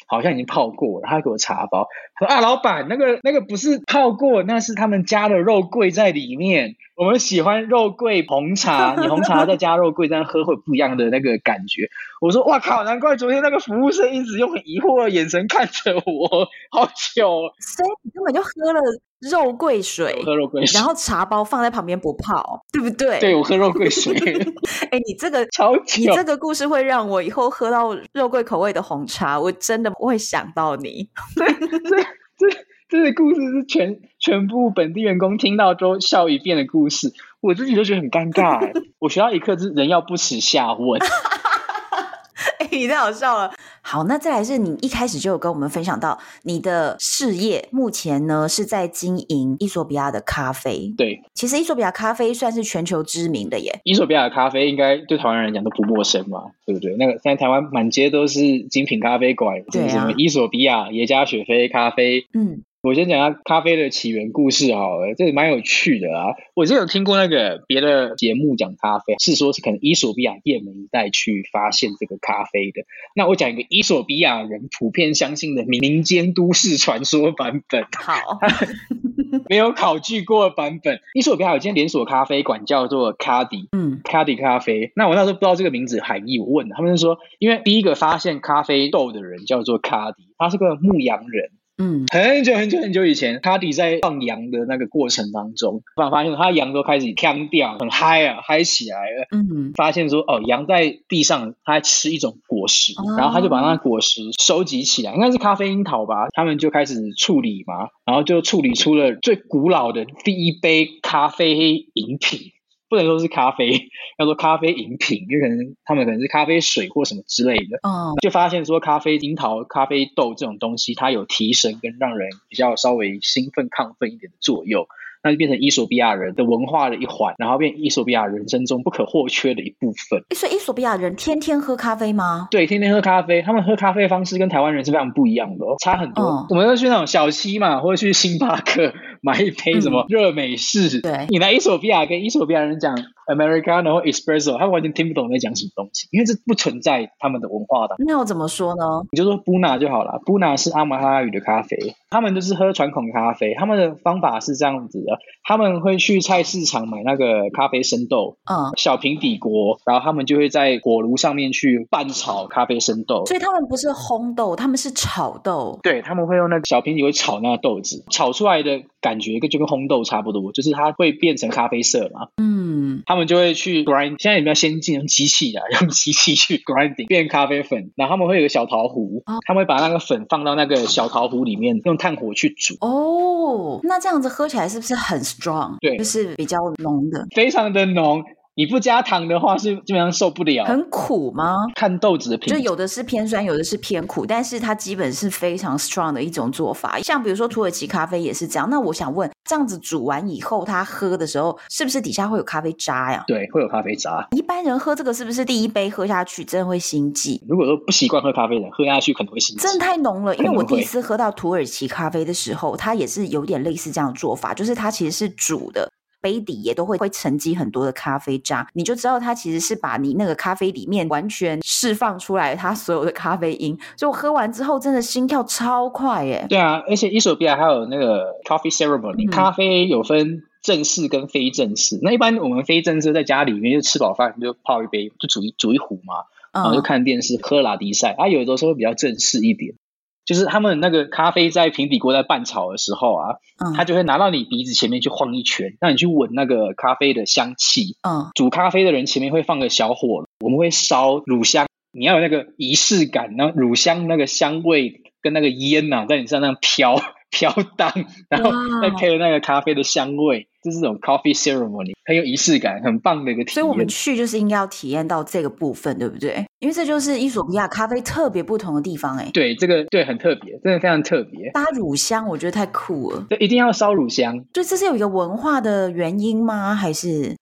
[SPEAKER 3] 好像已经泡过了，他给我茶包，他说啊，老板，那个不是泡过，那是他们加了肉桂在里面。我们喜欢肉桂红茶，你红茶再加肉桂这样喝会不一样的那个感觉。我说哇靠，难怪昨天那个服务生一直用很疑惑的眼神看着我，好糗哦。
[SPEAKER 2] 所以你根本就喝了肉桂水，
[SPEAKER 3] 我喝肉桂水，
[SPEAKER 2] 然后茶包放在旁边不泡，对不对？
[SPEAKER 3] 对，我喝肉桂水。
[SPEAKER 2] 你这个
[SPEAKER 3] 超糗，
[SPEAKER 2] 你这个故事会让我以后喝到肉桂口味的红茶，我真的会想到你。
[SPEAKER 3] 这个故事是全部本地员工听到都笑一遍的故事，我自己都觉得很尴尬。我学到一课是人要不耻下问。
[SPEAKER 2] 你太好笑了。好，那再来是你一开始就有跟我们分享到你的事业目前呢是在经营伊索比亚的咖啡。
[SPEAKER 3] 对，
[SPEAKER 2] 其实伊索比亚咖啡算是全球知名的耶。
[SPEAKER 3] 伊索比亚的咖啡应该对台湾人来讲都不陌生嘛，对不对？那个现在台湾满街都是精品咖啡馆，
[SPEAKER 2] 对啊，
[SPEAKER 3] 什么伊索比亚、耶加雪菲咖啡。我先讲一下咖啡的起源故事好了，这个蛮有趣的啊。我之前有听过那个别的节目讲咖啡，是说是可能伊索比亚也门一带去发现这个咖啡的。那我讲一个伊索比亚人普遍相信的民间都市传说版本。
[SPEAKER 2] 好，
[SPEAKER 3] 没有考据过的版本。伊索比亚有间连锁咖啡馆叫做卡迪咖啡。那我那时候不知道这个名字含义，我问他们是说，因为第一个发现咖啡豆的人叫做卡迪，他是个牧羊人。很久以前，卡迪在放羊的那个过程当中，发现他羊都开始嗆掉，很嗨起来了。发现说羊在地上，他在吃一种果实，然后他就把那果实收集起来，应该是咖啡樱桃吧。他们就开始处理嘛，然后就处理出了最古老的第一杯咖啡饮品。不能说是咖啡，要说咖啡饮品，因为他们可能是咖啡水或什么之类的。就发现说咖啡樱桃、咖啡豆这种东西，它有提神跟让人比较稍微兴奋、亢奋一点的作用。那就变成伊索比亚人的文化的一环，然后变伊索比亚人生中不可或缺的一部分。
[SPEAKER 2] 所以伊索比亚人天天喝咖啡吗？
[SPEAKER 3] 对，天天喝咖啡。他们喝咖啡的方式跟台湾人是非常不一样的差很多。我们要去那种小七嘛，或者去星巴克买一杯什么热美式。
[SPEAKER 2] 对，
[SPEAKER 3] 你来伊索比亚跟伊索比亚人讲 Americano 或 Espresso， 他完全听不懂在讲什么东西，因为这不存在他们的文化的。
[SPEAKER 2] 那我怎么说呢？
[SPEAKER 3] 你就说 Buna 就好了。Buna 是阿马哈拉语的咖啡，他们就是喝传统咖啡。他们的方法是这样子的，他们会去菜市场买那个咖啡生豆，小平底锅，然后他们就会在火炉上面去拌炒咖啡生豆。
[SPEAKER 2] 所以他们不是烘豆，他们是炒豆。
[SPEAKER 3] 对，他们会用那个小平底锅炒那个豆子，炒出来的感觉就跟烘豆差不多，就是它会变成咖啡色嘛。他们就会去 grind， 现在比较先进，用机器去 grinding 变咖啡粉，然后他们会有个小陶壶，他们会把那个粉放到那个小陶壶里面，用炭火去煮。
[SPEAKER 2] 那这样子喝起来是不是很 strong？
[SPEAKER 3] 对，
[SPEAKER 2] 就是比较浓的，
[SPEAKER 3] 非常的浓。你不加糖的话是基本上受不了。
[SPEAKER 2] 很苦吗？
[SPEAKER 3] 看豆子的品质，
[SPEAKER 2] 就有的是偏酸，有的是偏苦，但是它基本是非常 strong 的一种做法。像比如说土耳其咖啡也是这样。那我想问，这样子煮完以后他喝的时候是不是底下会有咖啡渣呀？
[SPEAKER 3] 对，会有咖啡渣。
[SPEAKER 2] 一般人喝这个是不是第一杯喝下去真的会心悸？
[SPEAKER 3] 如果说不习惯喝咖啡的人喝下去可能会心悸，
[SPEAKER 2] 真的太浓了。因为我第一次喝到土耳其咖啡的时候，它也是有点类似这样的做法，就是它其实是煮的，杯底也都会沉积很多的咖啡渣，你就知道它其实是把你那个咖啡里面完全释放出来它所有的咖啡因，所以我喝完之后真的心跳超快耶。
[SPEAKER 3] 对啊，而且伊索比亚还有那个 coffee ceremony，咖啡有分正式跟非正式。那一般我们非正式在家里面就吃饱饭就泡一杯，就煮一壶嘛，然后就看电视喝拉迪赛。有的时候会比较正式一点，就是他们那个咖啡在平底锅在拌炒的时候啊，他就会拿到你鼻子前面去晃一圈，让你去闻那个咖啡的香气。煮咖啡的人前面会放个小火，我们会烧乳香，你要有那个仪式感，然后乳香那个香味跟那个烟在你身上飘荡，然后再配合那个咖啡的香味，就是这种 coffee ceremony， 很有仪式感，很棒的一个体验。
[SPEAKER 2] 所以我们去就是应该要体验到这个部分，对不对？因为这就是伊索比亚咖啡特别不同的地方。
[SPEAKER 3] 对，这个对很特别，真的非常特别。
[SPEAKER 2] 搭乳香我觉得太酷了。
[SPEAKER 3] 对，一定要烧乳香。
[SPEAKER 2] 就这是有一个文化的原因吗？还是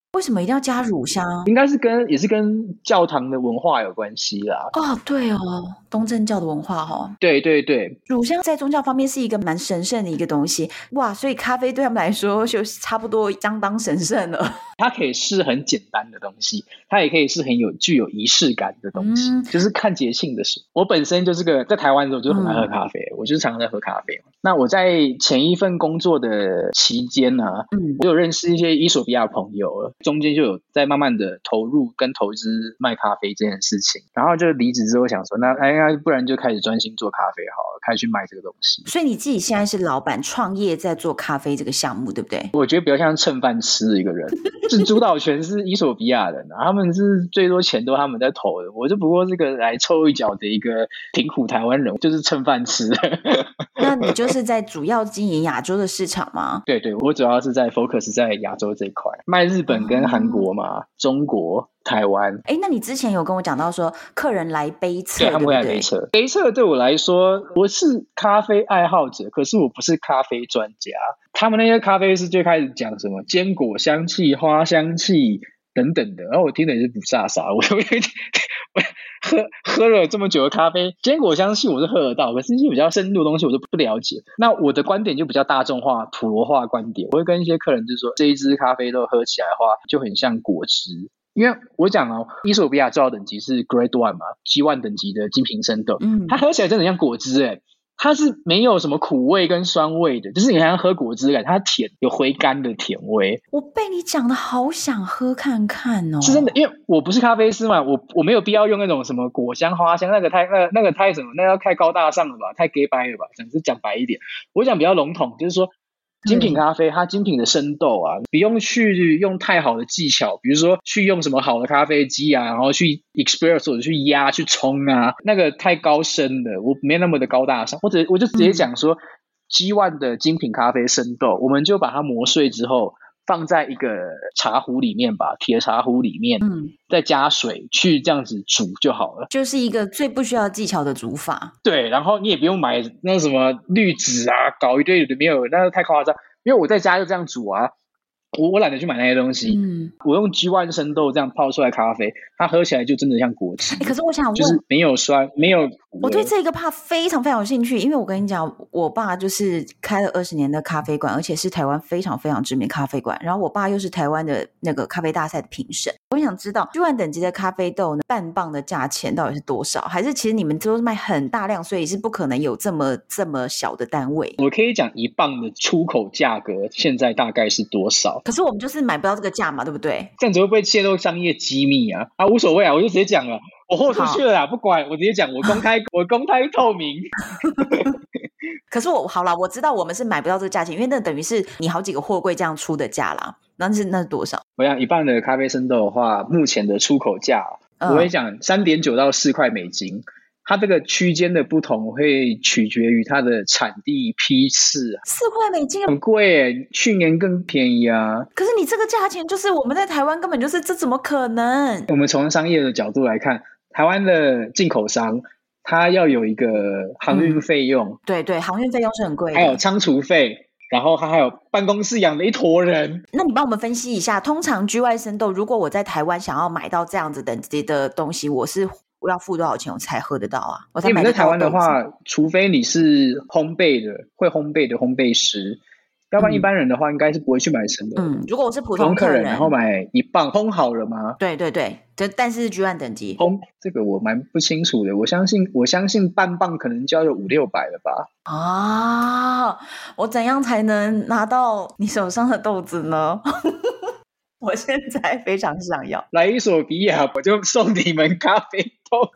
[SPEAKER 2] 为什么一定要加乳香？
[SPEAKER 3] 应该是也是跟教堂的文化有关系啦。
[SPEAKER 2] 哦，对哦，东正教的文化哦。
[SPEAKER 3] 对对对，
[SPEAKER 2] 乳香在宗教方面是一个蛮神圣的一个东西。哇，所以咖啡对他们来说就差不多相当神圣了。
[SPEAKER 3] 它可以是很简单的东西，它也可以是具有仪式感的东西，就是看节庆的时候。我本身就是在台湾的时候就很爱喝咖啡，我就是常常在喝咖啡。那我在前一份工作的期间呢，我有认识一些伊索比亚朋友，中间就有在慢慢的投入跟投资卖咖啡这件事情，然后就离职之后想说，那不然就开始专心做咖啡好了，开始去卖这个东西。
[SPEAKER 2] 所以你自己现在是老板，创业在做咖啡这个项目，对不对？
[SPEAKER 3] 我觉得比较像蹭饭吃的一个人。是主导权是伊索比亚人，他们是最多钱都他们在投的，我就不过这个来凑一脚的一个贫苦台湾人，就是蹭饭吃。
[SPEAKER 2] 那你就是在主要经营亚洲的市场吗？
[SPEAKER 3] 对对，我主要是在 focus 在亚洲这一块，卖日本跟韩国嘛，中国、台湾。
[SPEAKER 2] 那你之前有跟我讲到说客人来杯测，
[SPEAKER 3] 对，他们会来杯测。杯测对我来说，我是咖啡爱好者，可是我不是咖啡专家。他们那些咖啡师就开始讲什么坚果香气、花香气等等的，然后我听的也是不飒飒。我喝了这么久的咖啡，坚果香气我是喝得到，可是一些比较深度的东西我都不了解。那我的观点就比较大众化、普罗化观点，我会跟一些客人就是说，这一支咖啡豆喝起来的话，就很像果汁。因为我讲伊索比亚最高等级是 Grade 1嘛，G1 等级的精品生豆，它喝起来真的像果汁它是没有什么苦味跟酸味的，就是你好像喝果汁感，它甜，有回甘的甜味。
[SPEAKER 2] 我被你讲的好想喝看看哦，
[SPEAKER 3] 是真的，因为我不是咖啡师嘛，我没有必要用那种什么果香、花香，那个太什么，那要太高大上了吧，太 gay 掰了吧，讲白一点，我讲比较笼统，就是说。精品咖啡它精品的生豆啊，不用去用太好的技巧，比如说去用什么好的咖啡机啊，然后去 espresso 或者去压去冲啊，那个太高深的，我没那么的高大上，我就直接讲说G1 的精品咖啡生豆，我们就把它磨碎之后放在一个茶壶里面吧，铁茶壶里面，再加水去这样子煮就好了，
[SPEAKER 2] 就是一个最不需要技巧的煮法。
[SPEAKER 3] 对，然后你也不用买那什么滤纸啊，搞一堆有的没有，那太夸张。因为我在家就这样煮啊，我懒得去买那些东西。我用 G1 生豆这样泡出来咖啡，它喝起来就真的像果汁。
[SPEAKER 2] 可是我想问，
[SPEAKER 3] 就是没有酸，没有。
[SPEAKER 2] 我对这个怕非常非常有兴趣，因为我跟你讲，我爸就是开了20年的咖啡馆，而且是台湾非常非常知名咖啡馆。然后我爸又是台湾的那个咖啡大赛的评审。我想知道G1等级的咖啡豆呢，半磅的价钱到底是多少？还是其实你们都是卖很大量，所以是不可能有这么小的单位？
[SPEAKER 3] 我可以讲1磅的出口价格现在大概是多少？
[SPEAKER 2] 可是我们就是买不到这个价嘛，对不对？
[SPEAKER 3] 这样子会不会泄露商业机密啊？无所谓啊，我就直接讲了。我豁出去了啦，不管，我直接讲，我公开透明。
[SPEAKER 2] 可是好啦，我知道我们是买不到这个价钱，因为那等于是你好几个货柜这样出的价啦。那是多少？
[SPEAKER 3] 我想1磅的咖啡生豆的话，目前的出口价，我会讲3.9到4块美金。它这个区间的不同会取决于它的产地批次。
[SPEAKER 2] 4块美金
[SPEAKER 3] 很贵耶，去年更便宜啊。
[SPEAKER 2] 可是你这个价钱，就是我们在台湾根本就是这怎么可能？
[SPEAKER 3] 我们从商业的角度来看，台湾的进口商他要有一个航运费用，
[SPEAKER 2] 对对，航运费用是很贵的，
[SPEAKER 3] 还有仓储费，然后他还有办公室养的一坨人。
[SPEAKER 2] 那你帮我们分析一下，通常 G1 生豆，如果我在台湾想要买到这样子等级的东西，我要付多少钱我才喝得到啊？
[SPEAKER 3] 因为在台湾的话，除非你是烘焙的会烘焙的烘焙师，要不然一般人的话应该是不会去买生豆。
[SPEAKER 2] 如果我是普通客人，
[SPEAKER 3] 然后买1磅烘好了吗？
[SPEAKER 2] 对对对，但是 G1 等级
[SPEAKER 3] 烘这个我蛮不清楚的，我相信半磅可能就要有500-600了吧。
[SPEAKER 2] 啊，我怎样才能拿到你手上的豆子呢？我现在非常想要
[SPEAKER 3] 来伊索比亚，我就送你们咖啡豆。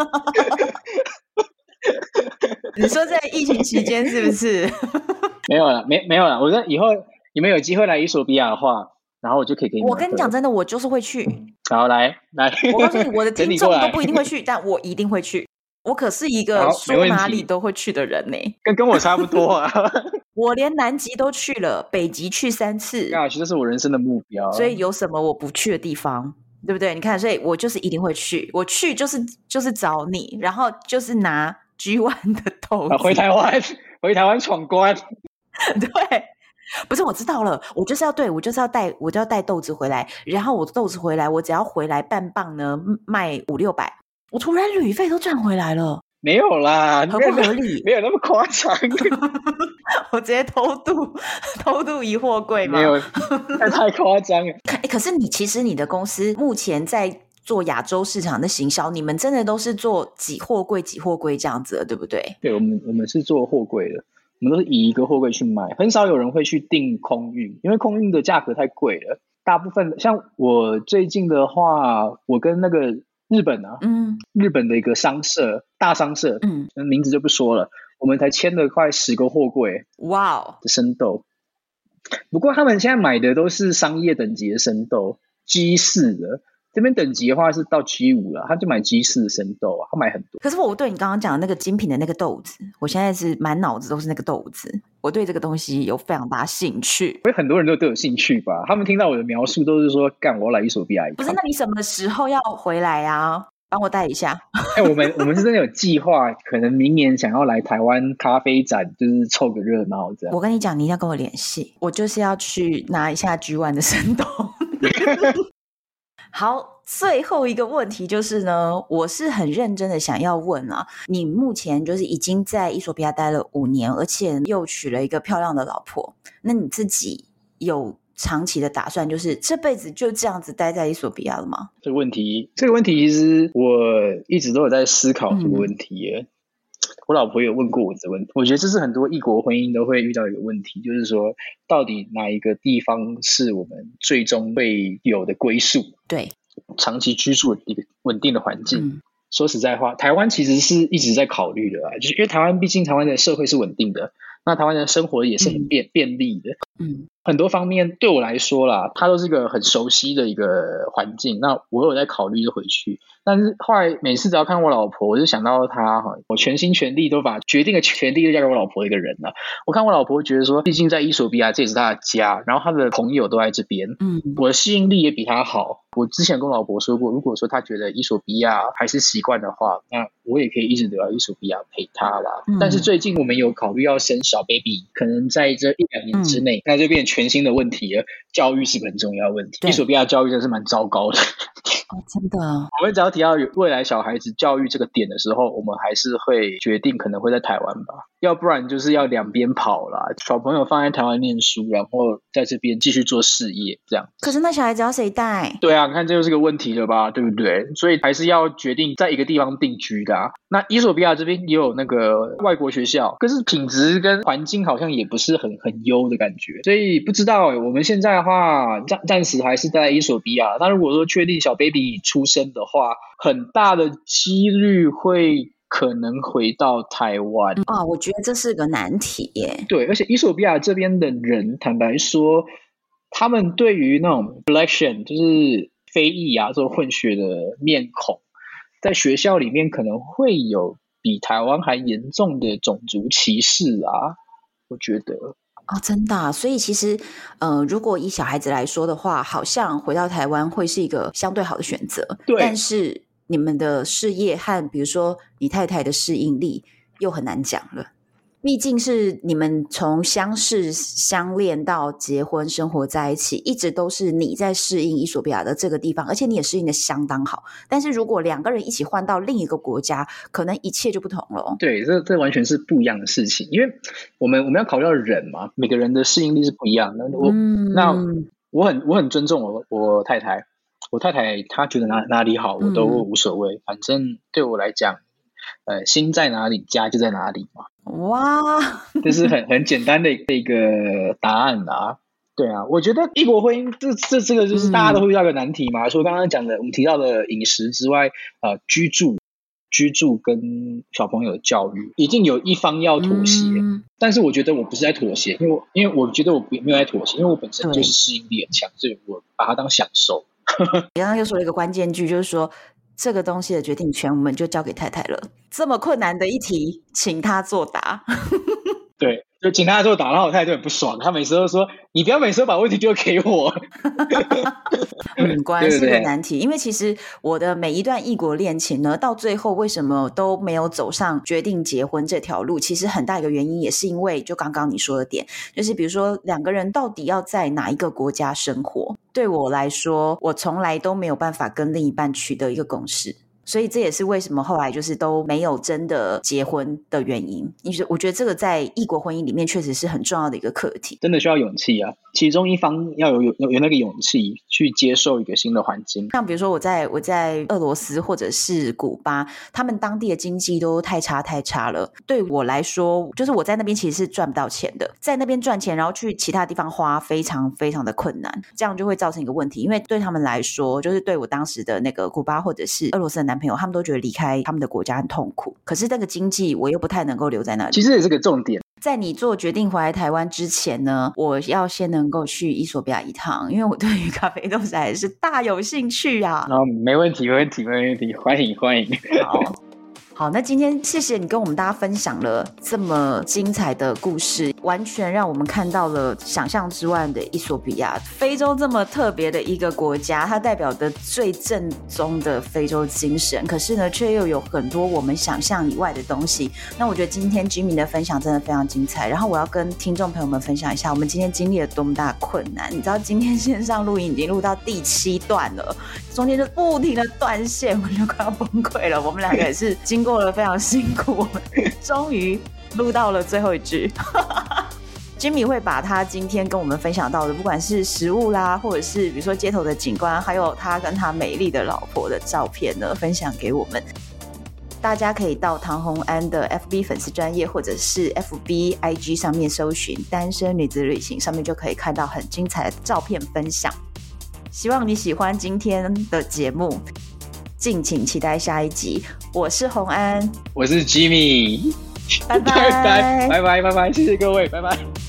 [SPEAKER 2] 你说在疫情期间是不是？
[SPEAKER 3] 没有啦，没有啦。我说以后你们有机会来伊索比亚的话，然后我就可以给你们。
[SPEAKER 2] 我跟你讲真的，我就是会去。
[SPEAKER 3] 好，来，
[SPEAKER 2] 我告诉你，我的听众都不一定会去，但我一定会去。我可是一个说哪里都会去的人呢，
[SPEAKER 3] 跟我差不多啊。
[SPEAKER 2] 我连南极都去了，北极去3次，
[SPEAKER 3] 这是我人生的目标。
[SPEAKER 2] 所以有什么我不去的地方，对不对？你看，所以我就是一定会去，我去就是找你，然后就是拿G1 的豆子
[SPEAKER 3] 回台湾闯关。
[SPEAKER 2] 对， 不是，我知道了，我就是要带豆子回来，然后我豆子回来，我只要回来半磅呢卖500-600，我突然旅费都赚回来了。
[SPEAKER 3] 没有啦，
[SPEAKER 2] 合不合理？
[SPEAKER 3] 没有那么夸张。
[SPEAKER 2] 我直接偷渡移货柜吗？
[SPEAKER 3] 没有，太夸张了。
[SPEAKER 2] 可是其实你的公司目前在做亚洲市场的行销，你们真的都是做几货柜这样子的，对不对？
[SPEAKER 3] 对，我们是做货柜的，我们都是以一个货柜去卖，很少有人会去订空运，因为空运的价格太贵了。大部分像我最近的话，我跟那个日本啊，日本的一个大商社，名字就不说了，我们才签了快10个货柜，哇哦，的生豆。不过他们现在买的都是商业等级的生豆 ，G4 的。这边等级的话是到 G5 了，他就买 G4 的生豆啊，他买很多。
[SPEAKER 2] 可是我对你刚刚讲的那个精品的那个豆子，我现在是满脑子都是那个豆子，我对这个东西有非常大兴趣。
[SPEAKER 3] 因为很多人都有兴趣吧，他们听到我的描述都是说，干，我要来伊索比亚一趟。
[SPEAKER 2] 不是，那你什么时候要回来啊？帮我带一下。
[SPEAKER 3] 我们是真的有计划，可能明年想要来台湾咖啡展，就是凑个热闹这样。
[SPEAKER 2] 我跟你讲，你一定要跟我联系，我就是要去拿一下 G1 的生豆。好，最后一个问题就是呢，我是很认真的想要问啊，你目前就是已经在伊索比亚待了5年，而且又娶了一个漂亮的老婆，那你自己有长期的打算，就是这辈子就这样子待在伊索比亚了吗？
[SPEAKER 3] 这个问题其实我一直都有在思考这个问题耶。我老婆有问过我这个问题，我觉得这是很多异国婚姻都会遇到一个问题，就是说到底哪一个地方是我们最终会有的归宿，
[SPEAKER 2] 对，
[SPEAKER 3] 长期居住的一个稳定的环境。说实在话，台湾其实是一直在考虑的啊，就是因为毕竟台湾的社会是稳定的，那台湾的生活也是很便利的，很多方面对我来说啦，它都是一个很熟悉的一个环境。那我有在考虑就回去，但是后来每次只要看我老婆，我就想到她，我全心全力都把决定的权利都交给我老婆的一个人了。我看我老婆觉得说，毕竟在伊索比亚这也是她的家，然后她的朋友都在这边，我的适应力也比她好。我之前跟我老婆说过，如果说她觉得伊索比亚还是习惯的话，那我也可以一直留在伊索比亚陪她啦。但是最近我们有考虑要生小 baby， 可能在这1-2年之内，那就变全新的问题了。教育是个很重要的问题，伊索比亚教育真是蛮糟糕的。
[SPEAKER 2] 真的，
[SPEAKER 3] 我们只要提到未来小孩子教育这个点的时候，我们还是会决定可能会在台湾吧，要不然就是要两边跑啦。小朋友放在台湾念书，然后在这边继续做事业，这样。
[SPEAKER 2] 可是那小孩子要谁带？
[SPEAKER 3] 对啊，你看这就是个问题了吧，对不对？所以还是要决定在一个地方定居的啊。那伊索比亚这边也有那个外国学校，可是品质跟环境好像也不是很优的感觉，所以不知道我们现在的话暂时还是在伊索比亚。那如果说确定小 baby 出生的话，很大的几率会可能回到台湾
[SPEAKER 2] 啊，我觉得这是个难题耶。
[SPEAKER 3] 对，而且伊索比亚这边的人，坦白说，他们对于那种 Black 就是非裔啊，这种混血的面孔，在学校里面可能会有比台湾还严重的种族歧视啊，我觉得。
[SPEAKER 2] 哦，真的啊，所以其实如果以小孩子来说的话，好像回到台湾会是一个相对好的选择。
[SPEAKER 3] 对，
[SPEAKER 2] 但是你们的事业和比如说你太太的适应力又很难讲了。毕竟是你们从相识相恋到结婚生活在一起，一直都是你在适应伊索比亚的这个地方，而且你也适应的相当好。但是如果两个人一起换到另一个国家，可能一切就不同了。
[SPEAKER 3] 对，这完全是不一样的事情，因为我们要考虑到人嘛，每个人的适应力是不一样的。那我很尊重我太太，我太太她觉得哪里好我都无所谓，反正对我来讲，心在哪里家就在哪里嘛。
[SPEAKER 2] 哇，
[SPEAKER 3] 这是很简单的一个答案啊。对啊，我觉得异国婚姻这个就是大家都会遇到一个难题嘛。除了刚刚讲的我们提到的饮食之外，居住跟小朋友的教育，一定有一方要妥协。但是我觉得我不是在妥协，因为我觉得我没有在妥协，因为我本身就是适应力很强，所以我把它当享受。
[SPEAKER 2] 你刚刚又说了一个关键句，就是说这个东西的决定权我们就交给太太了。这么困难的一题，请她作答。
[SPEAKER 3] 对， 就警察做打，然后我太太就很不爽，他每次都说你不要每次都把问题丢给我。
[SPEAKER 2] 果然是个难题，因为其实我的每一段异国恋情呢，到最后为什么都没有走上决定结婚这条路，其实很大一个原因也是因为就刚刚你说的点，就是比如说两个人到底要在哪一个国家生活，对我来说我从来都没有办法跟另一半取得一个共识，所以这也是为什么后来就是都没有真的结婚的原因。我觉得这个在异国婚姻里面确实是很重要的一个课题，
[SPEAKER 3] 真的需要勇气啊，其中一方要有那个勇气去接受一个新的环境。
[SPEAKER 2] 像比如说我在俄罗斯或者是古巴，他们当地的经济都太差了，对我来说就是我在那边其实是赚不到钱的，在那边赚钱然后去其他地方花非常非常的困难，这样就会造成一个问题，因为对他们来说，就是对我当时的那个古巴或者是俄罗斯的男朋友，他们都觉得离开他们的国家很痛苦，可是那个经济我又不太能够留在那里。
[SPEAKER 3] 其实也是个重点，
[SPEAKER 2] 在你做决定回来台湾之前呢，我要先能够去伊索比亚一趟，因为我对于咖啡豆实在是大有兴趣啊。
[SPEAKER 3] 没问题，欢迎。
[SPEAKER 2] 好，那今天谢谢你跟我们大家分享了这么精彩的故事，完全让我们看到了想象之外的伊索比亚，非洲这么特别的一个国家，它代表的最正宗的非洲精神，可是呢却又有很多我们想象以外的东西。那我觉得今天 Jimmy 的分享真的非常精彩，然后我要跟听众朋友们分享一下我们今天经历了多么大的困难。你知道今天线上录音已经录到第7段了，中间就不停的断线，我就快要崩溃了。我们两个也是经过了非常辛苦，我们终于录到了最后一句。Jimmy 会把他今天跟我们分享到的，不管是食物啦，或者是比如说街头的景观，还有他跟他美丽的老婆的照片呢，分享给我们。大家可以到唐红安的 FB 粉丝专页或者是 FB IG 上面搜寻单身女子旅行，上面就可以看到很精彩的照片分享。希望你喜欢今天的节目，敬请期待下一集。我是红安，
[SPEAKER 3] 我是 Jimmy，
[SPEAKER 2] 拜拜，
[SPEAKER 3] 拜拜，谢谢各位，拜拜。